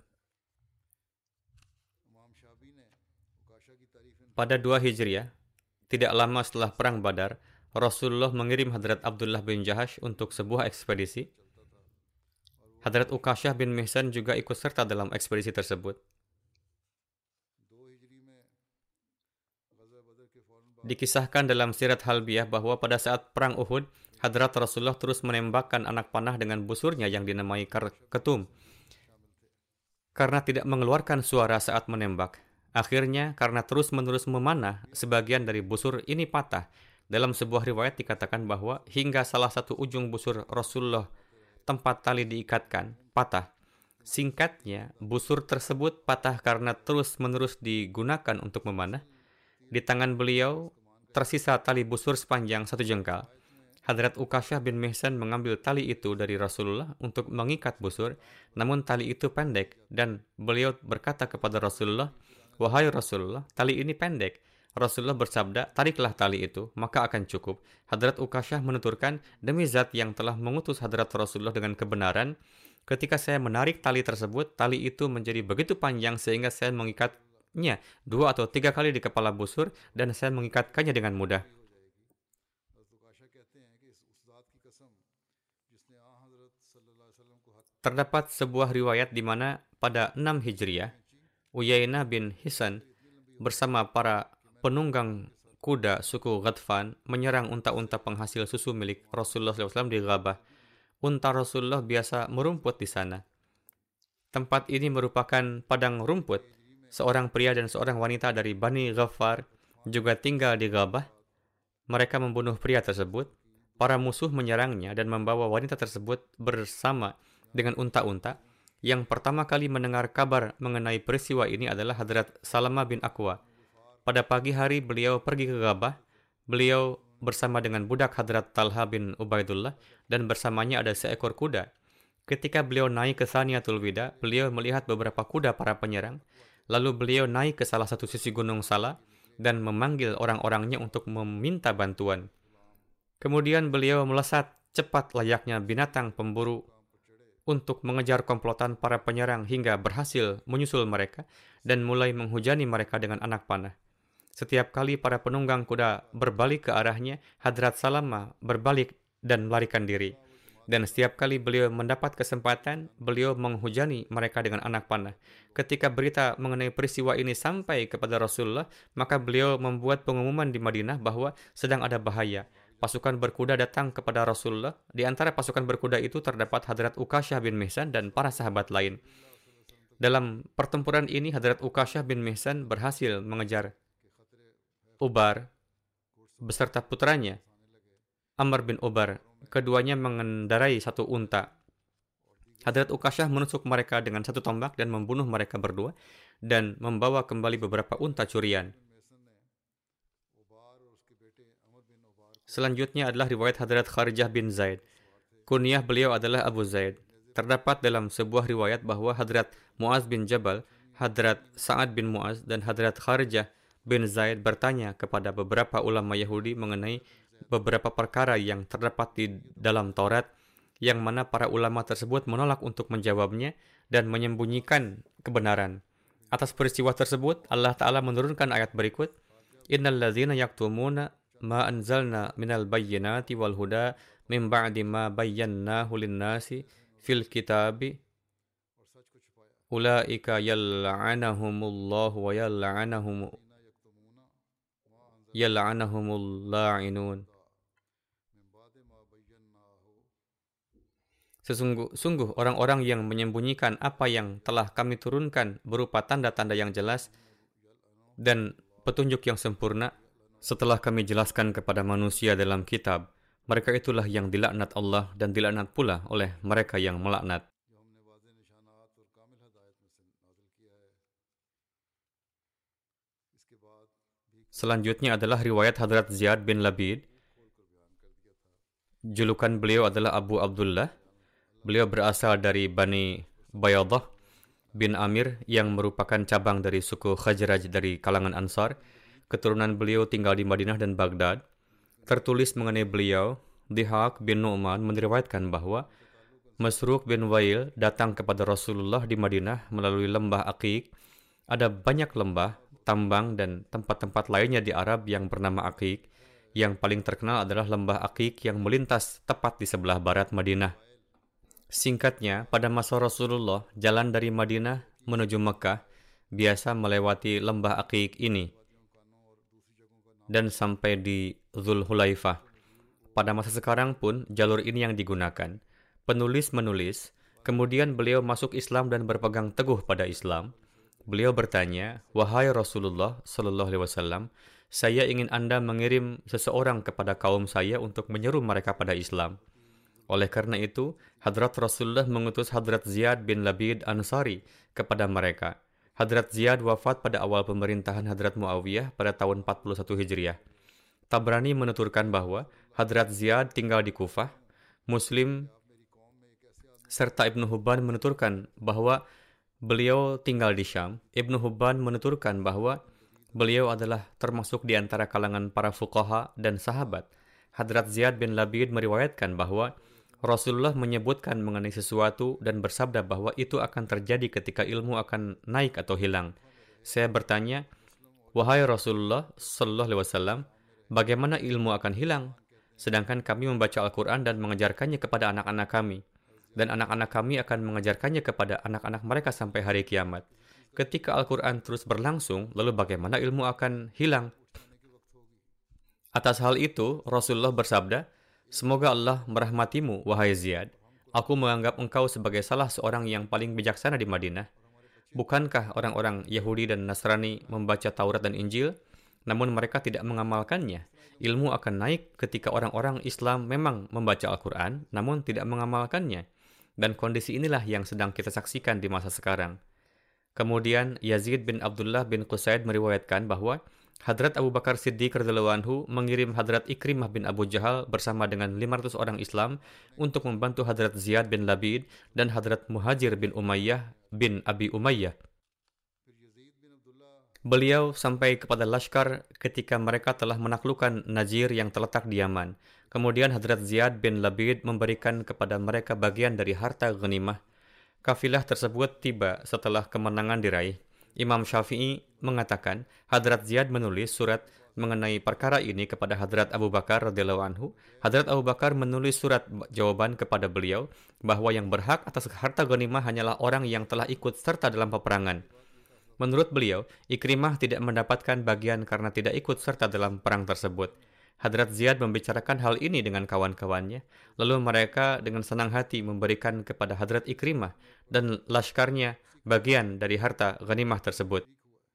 Pada 2 Hijriah, tidak lama setelah Perang Badar, Rasulullah mengirim Hadrat Abdullah bin Jahash untuk sebuah ekspedisi. Hadrat Ukasyah bin Mihsan juga ikut serta dalam ekspedisi tersebut. Dikisahkan dalam Sirat Halbiyah bahwa pada saat Perang Uhud, Hadrat Rasulullah terus menembakkan anak panah dengan busurnya yang dinamai ketum. Karena tidak mengeluarkan suara saat menembak. Akhirnya, karena terus-menerus memanah, sebagian dari busur ini patah. Dalam sebuah riwayat dikatakan bahwa hingga salah satu ujung busur Rasulullah tempat tali diikatkan, patah. Singkatnya, busur tersebut patah karena terus-menerus digunakan untuk memanah. Di tangan beliau tersisa tali busur sepanjang 1 jengkal. Hadrat Ukasyah bin Mihsan mengambil tali itu dari Rasulullah untuk mengikat busur, namun tali itu pendek dan beliau berkata kepada Rasulullah, wahai Rasulullah, tali ini pendek. Rasulullah bersabda, tariklah tali itu, maka akan cukup. Hadrat Ukasyah menuturkan, demi zat yang telah mengutus Hadrat Rasulullah dengan kebenaran, ketika saya menarik tali tersebut, tali itu menjadi begitu panjang sehingga saya mengikatnya 2 atau 3 kali di kepala busur dan saya mengikatkannya dengan mudah. Terdapat sebuah riwayat di mana pada 6 Hijriah, Uyainah bin Hisan bersama para penunggang kuda suku Ghatfan menyerang unta-unta penghasil susu milik Rasulullah SAW di Ghabah. Unta Rasulullah biasa merumput di sana. Tempat ini merupakan padang rumput. Seorang pria dan seorang wanita dari Bani Ghaffar juga tinggal di Ghabah. Mereka membunuh pria tersebut. Para musuh menyerangnya dan membawa wanita tersebut bersama dengan unta-unta. Yang pertama kali mendengar kabar mengenai peristiwa ini adalah Hadrat Salama bin Aqwa. Pada pagi hari beliau pergi ke Ghabah. Beliau bersama dengan budak Hadrat Talha bin Ubaidullah dan bersamanya ada seekor kuda. Ketika beliau naik ke Thaniyatul Wida, beliau melihat beberapa kuda para penyerang. Lalu beliau naik ke salah satu sisi gunung Sala dan memanggil orang-orangnya untuk meminta bantuan. Kemudian beliau melesat cepat layaknya binatang pemburu untuk mengejar komplotan para penyerang hingga berhasil menyusul mereka dan mulai menghujani mereka dengan anak panah. Setiap kali para penunggang kuda berbalik ke arahnya, Hadrat Salama berbalik dan melarikan diri. Dan setiap kali beliau mendapat kesempatan, beliau menghujani mereka dengan anak panah. Ketika berita mengenai peristiwa ini sampai kepada Rasulullah, maka beliau membuat pengumuman di Madinah bahwa sedang ada bahaya. Pasukan berkuda datang kepada Rasulullah. Di antara pasukan berkuda itu terdapat Hadrat Ukasyah bin Mihsan dan para sahabat lain. Dalam pertempuran ini, Hadrat Ukashah bin Mihsan berhasil mengejar Ubar beserta putranya, Amr bin Ubar. Keduanya mengendarai satu unta. Hadrat Ukashah menusuk mereka dengan satu tombak dan membunuh mereka berdua dan membawa kembali beberapa unta curian. Selanjutnya adalah riwayat Hadrat Kharijah bin Zaid. Kunyah beliau adalah Abu Zaid. Terdapat dalam sebuah riwayat bahwa Hadrat Muaz bin Jabal, Hadrat Sa'ad bin Muaz, dan Hadrat Kharijah bin Zaid bertanya kepada beberapa ulama Yahudi mengenai beberapa perkara yang terdapat di dalam Taurat, yang mana para ulama tersebut menolak untuk menjawabnya dan menyembunyikan kebenaran. Atas peristiwa tersebut, Allah Ta'ala menurunkan ayat berikut, Innal ladzina yaktumuna ma anzalna minal bayyinati wal huda min ba'di ma bayyannahu lin-nasi fil kitabi ulaika yal'anahumullahu wa yal'anahumul la'inun. Sungguh orang-orang yang menyembunyikan apa yang telah kami turunkan berupa tanda-tanda yang jelas dan petunjuk yang sempurna setelah kami jelaskan kepada manusia dalam kitab, mereka itulah yang dilaknat Allah dan dilaknat pula oleh mereka yang melaknat. Selanjutnya adalah riwayat Hadrat Ziyad bin Labid. Julukan beliau adalah Abu Abdullah. Beliau berasal dari Bani Bayadah bin Amir yang merupakan cabang dari suku Khazraj dari kalangan Ansar. Keturunan beliau tinggal di Madinah dan Baghdad. Tertulis mengenai beliau, Dihaq bin Nu'man meriwayatkan bahwa Masruq bin Wail datang kepada Rasulullah di Madinah melalui lembah Aqiq. Ada banyak lembah, tambang, dan tempat-tempat lainnya di Arab yang bernama Aqiq. Yang paling terkenal adalah lembah Aqiq yang melintas tepat di sebelah barat Madinah. Singkatnya, pada masa Rasulullah, jalan dari Madinah menuju Mekah biasa melewati lembah Aqiq ini dan sampai di Dzulhulaifah. Pada masa sekarang pun, jalur ini yang digunakan. Penulis menulis, kemudian beliau masuk Islam dan berpegang teguh pada Islam. Beliau bertanya, "Wahai Rasulullah sallallahu alaihi wasallam, saya ingin Anda mengirim seseorang kepada kaum saya untuk menyeru mereka pada Islam." Oleh karena itu, Hadrat Rasulullah mengutus Hadrat Ziyad bin Labid Ansari kepada mereka. Hadrat Ziyad wafat pada awal pemerintahan Hadrat Muawiyah pada tahun 41 Hijriah. Tabrani menuturkan bahwa Hadrat Ziyad tinggal di Kufah. Muslim serta Ibnu Hubban menuturkan bahwa beliau tinggal di Syam. Ibnu Hubban menuturkan bahwa beliau adalah termasuk di antara kalangan para fuqaha dan sahabat. Hadrat Ziyad bin Labid meriwayatkan bahwa Rasulullah menyebutkan mengenai sesuatu dan bersabda bahwa itu akan terjadi ketika ilmu akan naik atau hilang. Saya bertanya, "Wahai Rasulullah sallallahu alaihi wasallam, bagaimana ilmu akan hilang? Sedangkan kami membaca Al-Quran dan mengajarkannya kepada anak-anak kami. Dan anak-anak kami akan mengajarkannya kepada anak-anak mereka sampai hari kiamat. Ketika Al-Quran terus berlangsung, lalu bagaimana ilmu akan hilang?" Atas hal itu, Rasulullah bersabda, "Semoga Allah merahmatimu, wahai Ziyad. Aku menganggap engkau sebagai salah seorang yang paling bijaksana di Madinah. Bukankah orang-orang Yahudi dan Nasrani membaca Taurat dan Injil, namun mereka tidak mengamalkannya? Ilmu akan naik ketika orang-orang Islam memang membaca Al-Quran, namun tidak mengamalkannya. Dan kondisi inilah yang sedang kita saksikan di masa sekarang." Kemudian Yazid bin Abdullah bin Qusaid meriwayatkan bahwa Hadrat Abu Bakar Siddiq radhiyallahu anhu mengirim Hadrat Ikrimah bin Abu Jahal bersama dengan 500 orang Islam untuk membantu Hadrat Ziyad bin Labid dan Hadrat Muhajir bin Umayyah bin Abi Umayyah. Beliau sampai kepada Lashkar ketika mereka telah menaklukkan Najir yang terletak di Yaman. Kemudian Hadrat Ziyad bin Labid memberikan kepada mereka bagian dari harta ghanimah. Kafilah tersebut tiba setelah kemenangan diraih. Imam Syafi'i mengatakan, Hadrat Ziyad menulis surat mengenai perkara ini kepada Hadrat Abu Bakar radhiyallahu anhu. Hadrat Abu Bakar menulis surat jawaban kepada beliau bahwa yang berhak atas harta ghanimah hanyalah orang yang telah ikut serta dalam peperangan. Menurut beliau, Ikrimah tidak mendapatkan bagian karena tidak ikut serta dalam perang tersebut. Hadrat Ziyad membicarakan hal ini dengan kawan-kawannya, lalu mereka dengan senang hati memberikan kepada Hadrat Ikrimah dan laskarnya bagian dari harta ghanimah tersebut.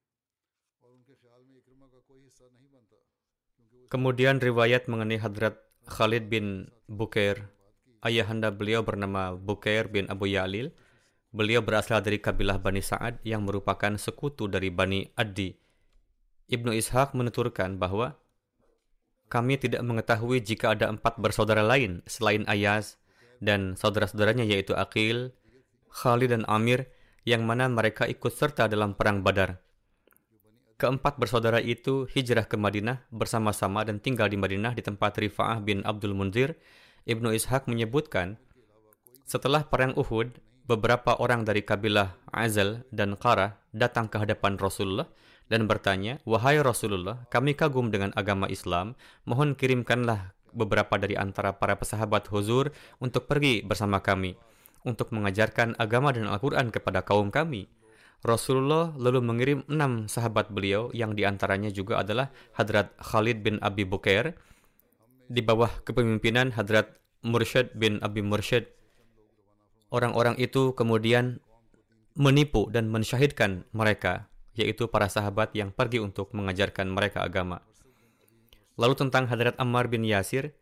Kemudian riwayat mengenai Hadrat Khalid bin Bukair, ayahanda beliau bernama Bukair bin Abu Ya'lil. Beliau berasal dari kabilah Bani Sa'ad yang merupakan sekutu dari Bani Addi. Ibnu Ishaq menuturkan bahwa kami tidak mengetahui jika ada 4 bersaudara lain selain Ayaz dan saudara-saudaranya yaitu Aqil, Khalid dan Amir yang mana mereka ikut serta dalam perang Badar. Keempat bersaudara itu hijrah ke Madinah bersama-sama dan tinggal di Madinah di tempat Rifa'ah bin Abdul Munzir. Ibnu Ishaq menyebutkan, setelah perang Uhud, beberapa orang dari kabilah Azal dan Qarah datang ke hadapan Rasulullah dan bertanya, "Wahai Rasulullah, kami kagum dengan agama Islam, mohon kirimkanlah beberapa dari antara para pesahabat huzur untuk pergi bersama kami, untuk mengajarkan agama dan Al-Quran kepada kaum kami." Rasulullah lalu mengirim 6 sahabat beliau yang diantaranya juga adalah Hadrat Khalid bin Abi Bukair di bawah kepemimpinan Hadrat Mursyid bin Abi Mursyid. Orang-orang itu kemudian menipu dan mensyahidkan mereka, yaitu para sahabat yang pergi untuk mengajarkan mereka agama. Lalu tentang Hadrat Ammar bin Yasir,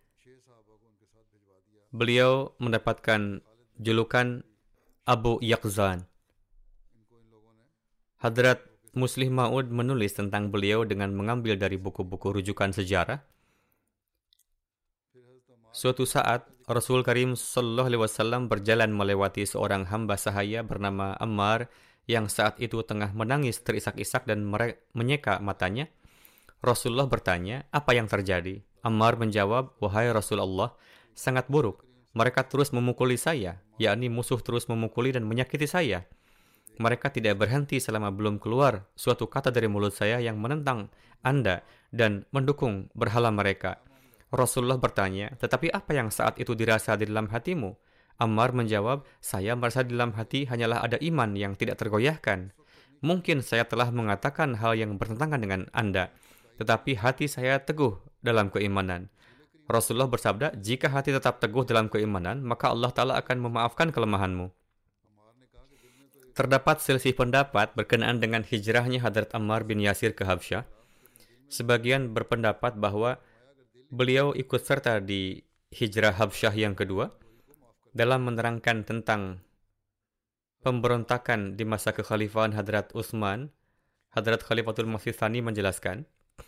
beliau mendapatkan julukan Abu Yaqzan. Hadrat Muslih Ma'ud menulis tentang beliau dengan mengambil dari buku-buku rujukan sejarah. Suatu saat, Rasul Karim Sallallahu Alaihi Wasallam berjalan melewati seorang hamba sahaya bernama Ammar yang saat itu tengah menangis terisak-isak dan menyeka matanya. Rasulullah bertanya, "Apa yang terjadi?" Ammar menjawab, "Wahai Rasulullah, sangat buruk. Mereka terus memukuli saya, yakni musuh terus memukuli dan menyakiti saya. Mereka tidak berhenti selama belum keluar suatu kata dari mulut saya yang menentang Anda dan mendukung berhala mereka." Rasulullah bertanya, "Tetapi apa yang saat itu dirasa di dalam hatimu?" Ammar menjawab, "Saya merasa di dalam hati hanyalah ada iman yang tidak tergoyahkan. Mungkin saya telah mengatakan hal yang bertentangan dengan Anda, tetapi hati saya teguh dalam keimanan." Rasulullah bersabda, "Jika hati tetap teguh dalam keimanan, maka Allah Ta'ala akan memaafkan kelemahanmu." Terdapat selisih pendapat berkenaan dengan hijrahnya Hadrat Ammar bin Yasir ke Habsyah. Sebagian berpendapat bahwa beliau ikut serta di hijrah Habsyah yang kedua. Dalam menerangkan tentang pemberontakan di masa kekhalifahan Hadrat Utsman, Hadrat Khalifatul Masih Tsani menjelaskan,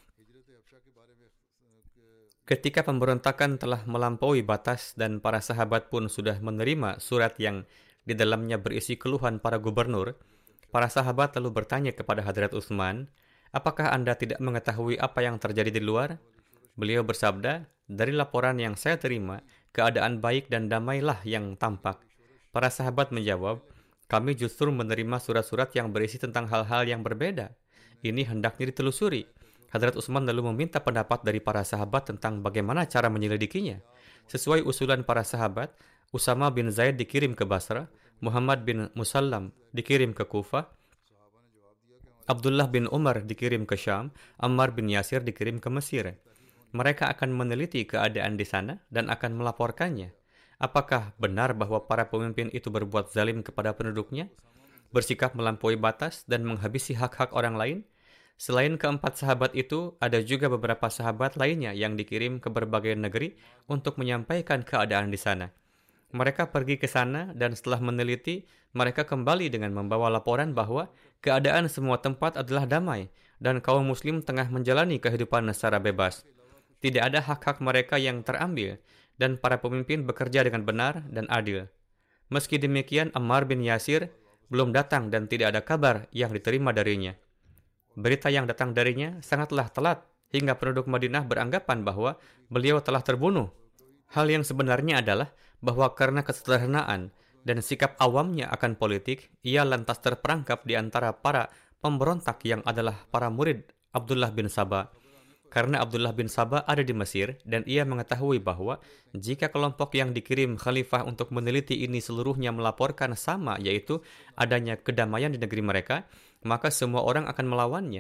ketika pemberontakan telah melampaui batas dan para sahabat pun sudah menerima surat yang di dalamnya berisi keluhan para gubernur, para sahabat lalu bertanya kepada Hadrat Utsman, "Apakah Anda tidak mengetahui apa yang terjadi di luar?" Beliau bersabda, "Dari laporan yang saya terima, keadaan baik dan damailah yang tampak." Para sahabat menjawab, "Kami justru menerima surat-surat yang berisi tentang hal-hal yang berbeda. Ini hendaknya ditelusuri." Hadrat Utsman lalu meminta pendapat dari para sahabat tentang bagaimana cara menyelidikinya. Sesuai usulan para sahabat, Usama bin Zaid dikirim ke Basra, Muhammad bin Musallam dikirim ke Kufah, Abdullah bin Umar dikirim ke Syam, Ammar bin Yasir dikirim ke Mesir. Mereka akan meneliti keadaan di sana dan akan melaporkannya. Apakah benar bahwa para pemimpin itu berbuat zalim kepada penduduknya, bersikap melampaui batas, dan menghabisi hak-hak orang lain? Selain keempat sahabat itu, ada juga beberapa sahabat lainnya yang dikirim ke berbagai negeri untuk menyampaikan keadaan di sana. Mereka pergi ke sana dan setelah meneliti, mereka kembali dengan membawa laporan bahwa keadaan semua tempat adalah damai dan kaum muslim tengah menjalani kehidupan secara bebas. Tidak ada hak-hak mereka yang terambil dan para pemimpin bekerja dengan benar dan adil. Meski demikian, Ammar bin Yasir belum datang dan tidak ada kabar yang diterima darinya. Berita yang datang darinya sangatlah telat hingga penduduk Madinah beranggapan bahwa beliau telah terbunuh. Hal yang sebenarnya adalah bahwa karena kesederhanaan dan sikap awamnya akan politik, ia lantas terperangkap di antara para pemberontak yang adalah para murid Abdullah bin Saba. Karena Abdullah bin Saba ada di Mesir dan ia mengetahui bahwa jika kelompok yang dikirim khalifah untuk meneliti ini seluruhnya melaporkan sama, yaitu adanya kedamaian di negeri mereka, maka semua orang akan melawannya.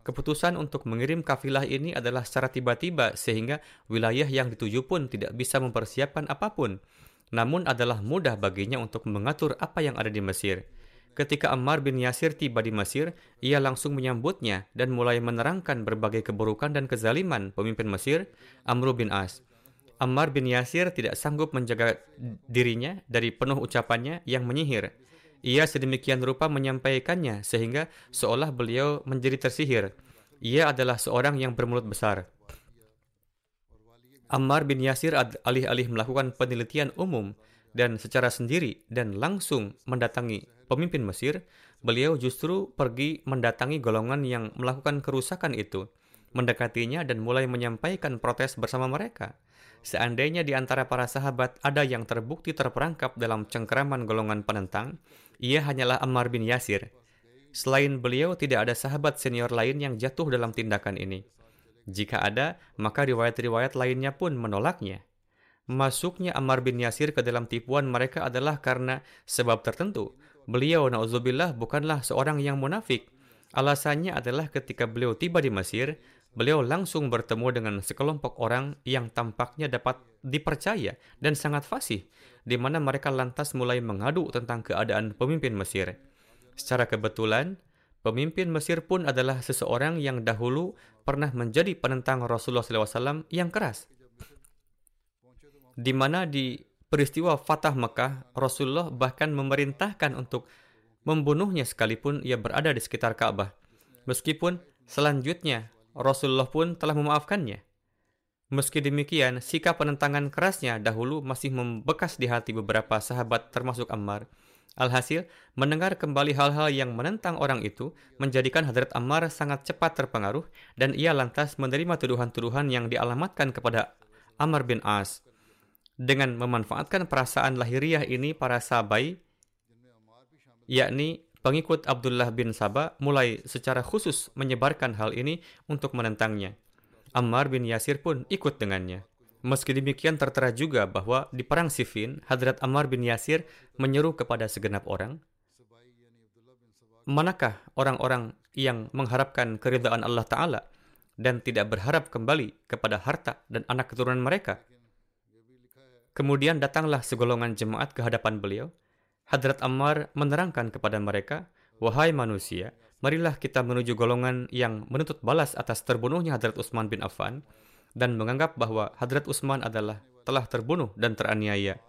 keputusan untuk mengirim kafilah ini adalah secara tiba-tiba sehingga wilayah yang dituju pun tidak bisa mempersiapkan apapun. Namun adalah mudah baginya untuk mengatur apa yang ada di Mesir. Ketika Ammar bin Yasir tiba di Mesir, ia langsung menyambutnya dan mulai menerangkan berbagai keburukan dan kezaliman pemimpin Mesir, Amr bin As. Ammar bin Yasir tidak sanggup menjaga dirinya dari penuh ucapannya yang menyihir. Ia sedemikian rupa menyampaikannya sehingga seolah beliau menjadi tersihir. Ia adalah seorang yang bermulut besar. Ammar bin Yasir alih-alih melakukan penelitian umum dan secara sendiri dan langsung mendatangi pemimpin Mesir, beliau justru pergi mendatangi golongan yang melakukan kerusakan itu, mendekatinya dan mulai menyampaikan protes bersama mereka. Seandainya di antara para sahabat ada yang terbukti terperangkap dalam cengkeraman golongan penentang, ia hanyalah Ammar bin Yasir. Selain beliau, tidak ada sahabat senior lain yang jatuh dalam tindakan ini. Jika ada, maka riwayat-riwayat lainnya pun menolaknya. Masuknya Ammar bin Yasir ke dalam tipuan mereka adalah karena sebab tertentu. Beliau, na'udzubillah, bukanlah seorang yang munafik. Alasannya adalah ketika beliau tiba di Mesir, beliau langsung bertemu dengan sekelompok orang yang tampaknya dapat dipercaya dan sangat fasih, di mana mereka lantas mulai mengadu tentang keadaan pemimpin Mesir. Secara kebetulan, pemimpin Mesir pun adalah seseorang yang dahulu pernah menjadi penentang Rasulullah SAW yang keras. Di mana di peristiwa Fatah Mekah, Rasulullah bahkan memerintahkan untuk membunuhnya sekalipun ia berada di sekitar Ka'bah. Meskipun selanjutnya Rasulullah pun telah memaafkannya. Meski demikian, sikap penentangan kerasnya dahulu masih membekas di hati beberapa sahabat termasuk Ammar. Alhasil, mendengar kembali hal-hal yang menentang orang itu menjadikan Hadrat Ammar sangat cepat terpengaruh dan ia lantas menerima tuduhan-tuduhan yang dialamatkan kepada Amr bin As. Dengan memanfaatkan perasaan lahiriah ini, para sabai, yakni pengikut Abdullah bin Saba, mulai secara khusus menyebarkan hal ini untuk menentangnya. Ammar bin Yasir pun ikut dengannya. Meski demikian, tertera juga bahwa di Perang Siffin, Hadrat Ammar bin Yasir menyeru kepada segenap orang, manakah orang-orang yang mengharapkan keridhaan Allah Ta'ala dan tidak berharap kembali kepada harta dan anak keturunan mereka? Kemudian datanglah segolongan jemaat ke hadapan beliau. Hadrat Ammar menerangkan kepada mereka, wahai manusia, marilah kita menuju golongan yang menuntut balas atas terbunuhnya Hadrat Utsman bin Affan dan menganggap bahwa Hadrat Utsman telah terbunuh dan teraniaya.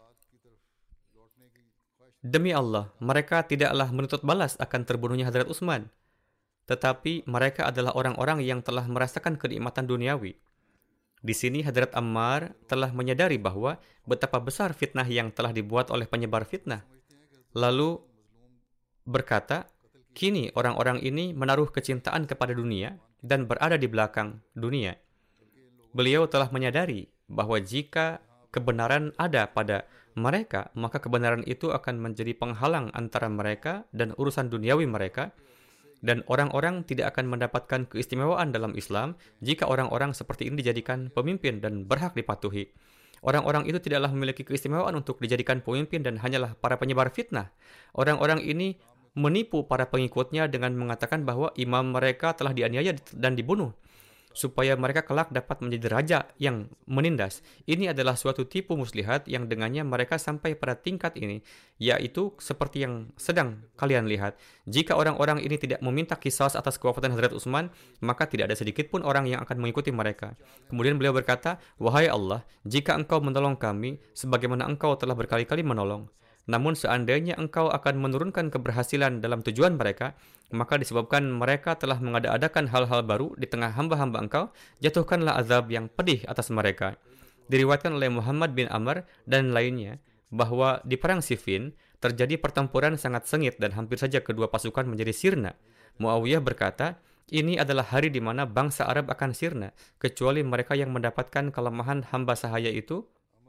Demi Allah, mereka tidaklah menuntut balas akan terbunuhnya Hadrat Utsman, tetapi mereka adalah orang-orang yang telah merasakan kenikmatan duniawi. Di sini Hadrat Ammar telah menyadari bahwa betapa besar fitnah yang telah dibuat oleh penyebar fitnah. Lalu berkata, kini orang-orang ini menaruh kecintaan kepada dunia dan berada di belakang dunia. Beliau telah menyadari bahwa jika kebenaran ada pada mereka, maka kebenaran itu akan menjadi penghalang antara mereka dan urusan duniawi mereka, dan orang-orang tidak akan mendapatkan keistimewaan dalam Islam jika orang-orang seperti ini dijadikan pemimpin dan berhak dipatuhi. Orang-orang itu tidaklah memiliki keistimewaan untuk dijadikan pemimpin dan hanyalah para penyebar fitnah. Orang-orang ini menipu para pengikutnya dengan mengatakan bahwa imam mereka telah dianiaya dan dibunuh, supaya mereka kelak dapat menjadi raja yang menindas. Ini adalah suatu tipu muslihat yang dengannya mereka sampai pada tingkat ini, yaitu seperti yang sedang kalian lihat. Jika orang-orang ini tidak meminta qisas atas kewafatan Hadrat Utsman, maka tidak ada sedikit pun orang yang akan mengikuti mereka. Kemudian beliau berkata, wahai Allah, jika engkau menolong kami, sebagaimana engkau telah berkali-kali menolong. Namun seandainya engkau akan menurunkan keberhasilan dalam tujuan mereka, maka disebabkan mereka telah mengada-adakan hal-hal baru di tengah hamba-hamba engkau, jatuhkanlah azab yang pedih atas mereka. Diriwayatkan oleh Muhammad bin Amr dan lainnya bahwa di Perang Siffin terjadi pertempuran sangat sengit dan hampir saja kedua pasukan menjadi sirna. Muawiyah berkata, ini adalah hari di mana bangsa Arab akan sirna, kecuali mereka yang mendapatkan kelemahan hamba sahaya itu,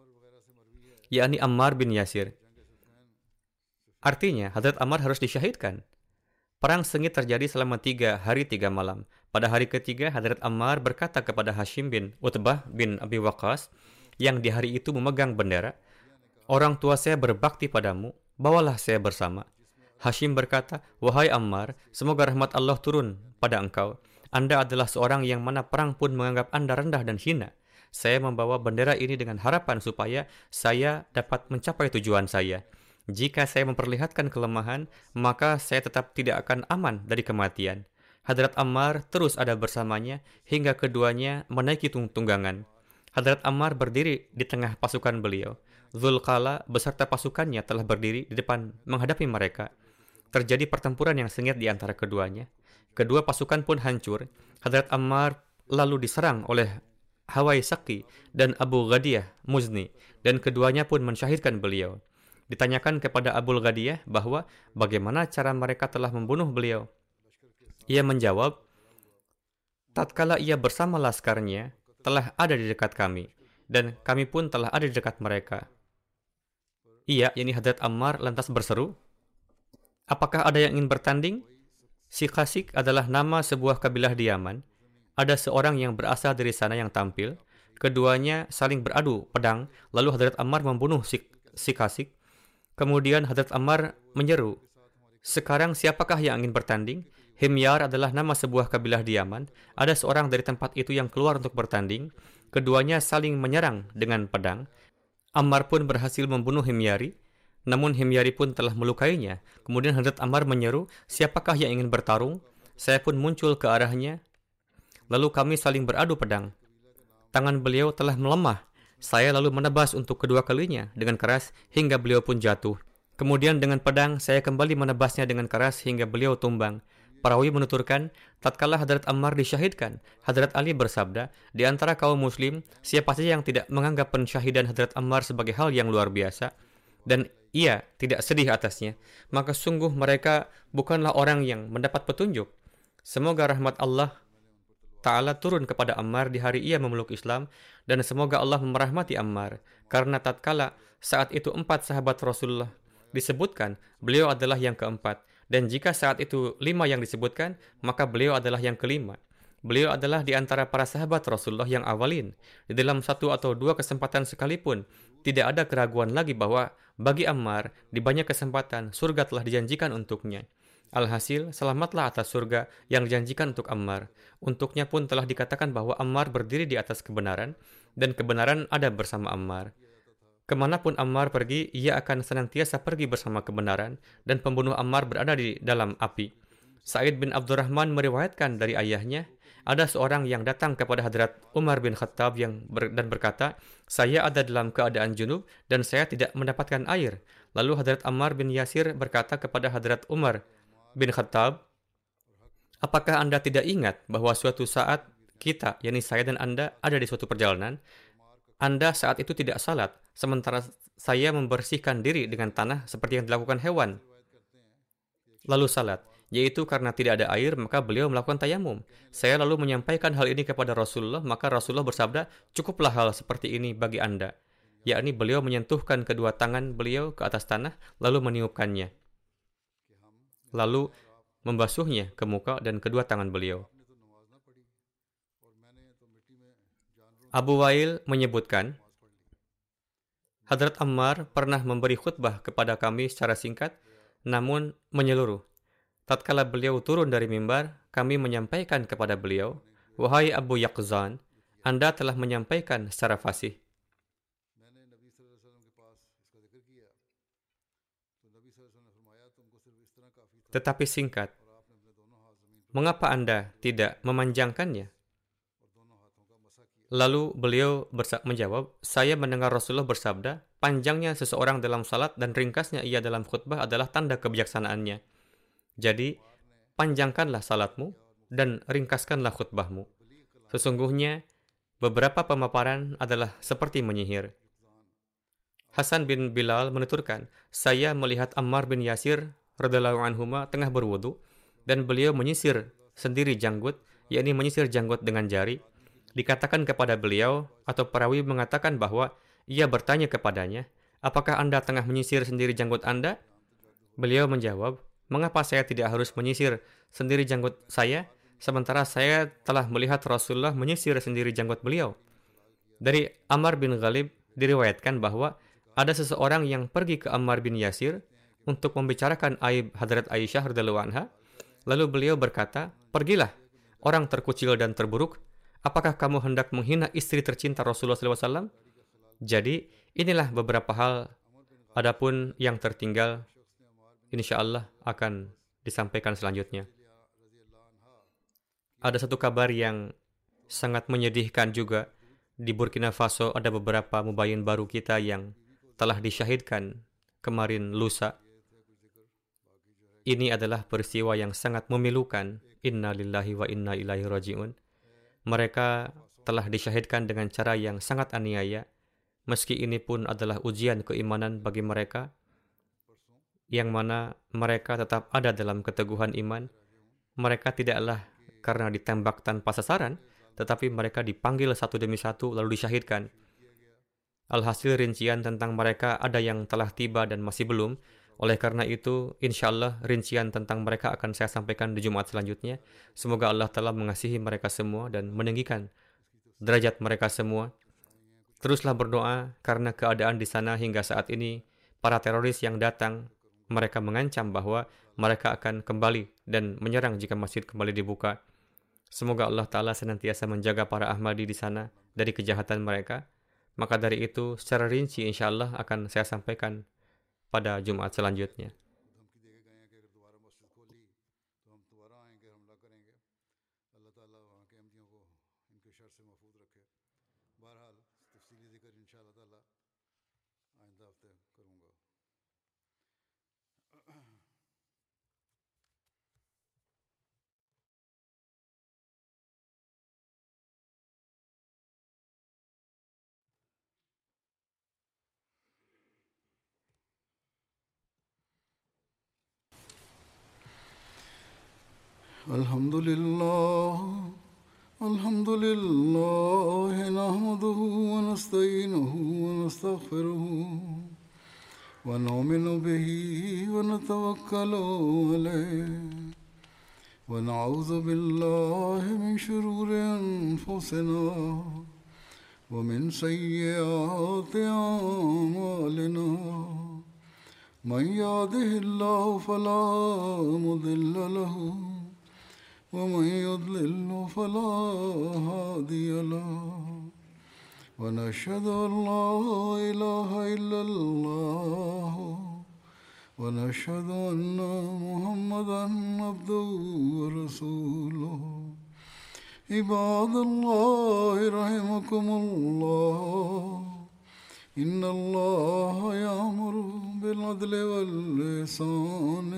yakni Ammar bin Yasir. Artinya, Hadrat Ammar harus disyahidkan. Perang sengit terjadi selama 3 hari 3 malam. Pada hari ketiga, Hadrat Ammar berkata kepada Hashim bin Utbah bin Abi Waqqas, yang di hari itu memegang bendera, orang tua saya berbakti padamu, bawalah saya bersama. Hashim berkata, wahai Ammar, semoga rahmat Allah turun pada engkau. Anda adalah seorang yang mana perang pun menganggap Anda rendah dan hina. Saya membawa bendera ini dengan harapan supaya saya dapat mencapai tujuan saya. Jika saya memperlihatkan kelemahan, maka saya tetap tidak akan aman dari kematian. Hadrat Ammar terus ada bersamanya hingga keduanya menaiki tunggangan. Hadrat Ammar berdiri di tengah pasukan beliau. Zulqala beserta pasukannya telah berdiri di depan menghadapi mereka. Terjadi pertempuran yang sengit di antara keduanya. Kedua pasukan pun hancur. Hadrat Ammar lalu diserang oleh Hawai Saki dan Abu Ghadiyah Muzni, dan keduanya pun mensyahidkan beliau. Ditanyakan kepada Abu Ghadiyah bahwa bagaimana cara mereka telah membunuh beliau. Ia menjawab, tatkala ia bersama laskarnya, telah ada di dekat kami, dan kami pun telah ada di dekat mereka. Ia, yakni Hadrat Ammar, lantas berseru, apakah ada yang ingin bertanding? Sikasik adalah nama sebuah kabilah di Yaman. Ada seorang yang berasal dari sana yang tampil. Keduanya saling beradu pedang, lalu Hadrat Ammar membunuh Sikasik. Kemudian Hadrat Ammar menyeru, sekarang siapakah yang ingin bertanding? Himyar adalah nama sebuah kabilah di Yaman. Ada seorang dari tempat itu yang keluar untuk bertanding. Keduanya saling menyerang dengan pedang. Ammar pun berhasil membunuh Himyari. Namun Himyari pun telah melukainya. Kemudian Hadrat Ammar menyeru, siapakah yang ingin bertarung? Saya pun muncul ke arahnya. Lalu kami saling beradu pedang. Tangan beliau telah melemah. Saya lalu menebas untuk kedua kalinya dengan keras hingga beliau pun jatuh. Kemudian dengan pedang saya kembali menebasnya dengan keras hingga beliau tumbang. Perawi menuturkan, tatkala Hadrat Ammar disyahidkan, Hadrat Ali bersabda, di antara kaum muslim, siapa saja yang tidak menganggap pensyahidan Hadrat Ammar sebagai hal yang luar biasa, dan ia tidak sedih atasnya, maka sungguh mereka bukanlah orang yang mendapat petunjuk. Semoga rahmat Allah Ta'ala turun kepada Ammar di hari ia memeluk Islam, dan semoga Allah merahmati Ammar, karena tatkala saat itu 4 sahabat Rasulullah disebutkan, beliau adalah yang keempat, dan jika saat itu 5 yang disebutkan, maka beliau adalah yang kelima. Beliau adalah di antara para sahabat Rasulullah yang awalin. Di dalam 1 atau 2 kesempatan sekalipun, tidak ada keraguan lagi bahwa bagi Ammar, di banyak kesempatan, surga telah dijanjikan untuknya. Alhasil, selamatlah atas surga yang dijanjikan untuk Ammar. Untuknya pun telah dikatakan bahwa Ammar berdiri di atas kebenaran, dan kebenaran ada bersama Ammar. Kemanapun Ammar pergi, ia akan senantiasa pergi bersama kebenaran, dan pembunuh Ammar berada di dalam api. Sa'id bin Abdurrahman meriwayatkan dari ayahnya, ada seorang yang datang kepada Hadrat Umar bin Khattab dan berkata, saya ada dalam keadaan junub, dan saya tidak mendapatkan air. Lalu Hadrat Ammar bin Yasir berkata kepada Hadrat Umar bin Khattab, apakah Anda tidak ingat bahwa suatu saat kita, yakni saya dan Anda, ada di suatu perjalanan? Anda saat itu tidak salat, sementara saya membersihkan diri dengan tanah seperti yang dilakukan hewan. Lalu salat, yaitu karena tidak ada air, maka beliau melakukan tayamum. Saya lalu menyampaikan hal ini kepada Rasulullah, maka Rasulullah bersabda, cukuplah hal seperti ini bagi Anda. Yakni beliau menyentuhkan kedua tangan beliau ke atas tanah, lalu meniupkannya. Lalu membasuhnya ke muka dan kedua tangan beliau. Abu Wail menyebutkan, Hadrat Ammar pernah memberi khutbah kepada kami secara singkat, namun menyeluruh. Tatkala beliau turun dari mimbar, kami menyampaikan kepada beliau, wahai Abu Yaqzan, Anda telah menyampaikan secara fasih. Tetapi singkat, mengapa Anda tidak memanjangkannya? Lalu beliau menjawab, saya mendengar Rasulullah bersabda, panjangnya seseorang dalam salat dan ringkasnya ia dalam khutbah adalah tanda kebijaksanaannya. Jadi, panjangkanlah salatmu dan ringkaskanlah khutbahmu. Sesungguhnya, beberapa pemaparan adalah seperti menyihir. Hasan bin Bilal menuturkan, saya melihat Ammar bin Yasir radhiyallahu anhuma tengah berwudu, dan beliau menyisir sendiri janggut, yakni menyisir janggut dengan jari. Dikatakan kepada beliau, atau perawi mengatakan bahwa ia bertanya kepadanya, apakah Anda tengah menyisir sendiri janggut Anda? Beliau menjawab, mengapa saya tidak harus menyisir sendiri janggut saya, sementara saya telah melihat Rasulullah menyisir sendiri janggut beliau. Dari Ammar bin Ghalib diriwayatkan bahwa ada seseorang yang pergi ke Ammar bin Yasir untuk membicarakan aib Hadrat Aisyah radhiyallahu anha. Lalu beliau berkata, pergilah, orang terkucil dan terburuk? Apakah kamu hendak menghina istri tercinta Rasulullah SAW? Jadi, inilah beberapa hal. Adapun yang tertinggal, insya Allah akan disampaikan selanjutnya. Ada satu kabar yang sangat menyedihkan juga. Di Burkina Faso ada beberapa mubayyin baru kita yang telah disyahidkan kemarin lusa. Ini adalah peristiwa yang sangat memilukan. Inna lillahi wa inna ilaihi raji'un. Mereka telah disyahidkan dengan cara yang sangat aniaya. Meski ini pun adalah ujian keimanan bagi mereka, yang mana mereka tetap ada dalam keteguhan iman. Mereka tidaklah karena ditembak tanpa sasaran, tetapi mereka dipanggil satu demi satu lalu disyahidkan. Alhasil rincian tentang mereka ada yang telah tiba dan masih belum. Oleh karena itu, insya Allah rincian tentang mereka akan saya sampaikan di Jumat selanjutnya. Semoga Allah Ta'ala mengasihi mereka semua dan meninggikan derajat mereka semua. Teruslah berdoa karena keadaan di sana hingga saat ini, para teroris yang datang, mereka mengancam bahwa mereka akan kembali dan menyerang jika masjid kembali dibuka. Semoga Allah Ta'ala senantiasa menjaga para Ahmadi di sana dari kejahatan mereka. Maka dari itu, secara rinci insya Allah akan saya sampaikan pada Jumat selanjutnya. الحمد لله نحمده ونستعينه ونستغفره ونؤمن به ونتوكل عليه ونعوذ بالله من شرور أنفسنا ومن سيئات أعمالنا من يهده الله فلا مضل له ومن يضلل فلا هادي له ونشهد أن لا إله إلا الله ونشهد أن محمدا عبده ورسوله عباد الله رحمكم الله إن الله يأمر بالعدل والإحسان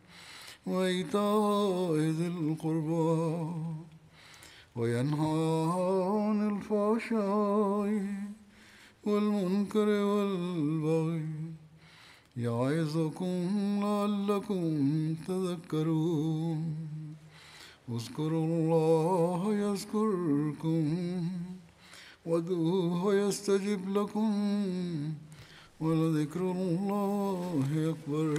وإيتاء ذي القربى وينهى عن الفحشاء والمنكر والبغي يعظكم لعلكم تذكرون اذكروا الله يذكركم وادعوه يستجب لكم ولذكر الله أكبر.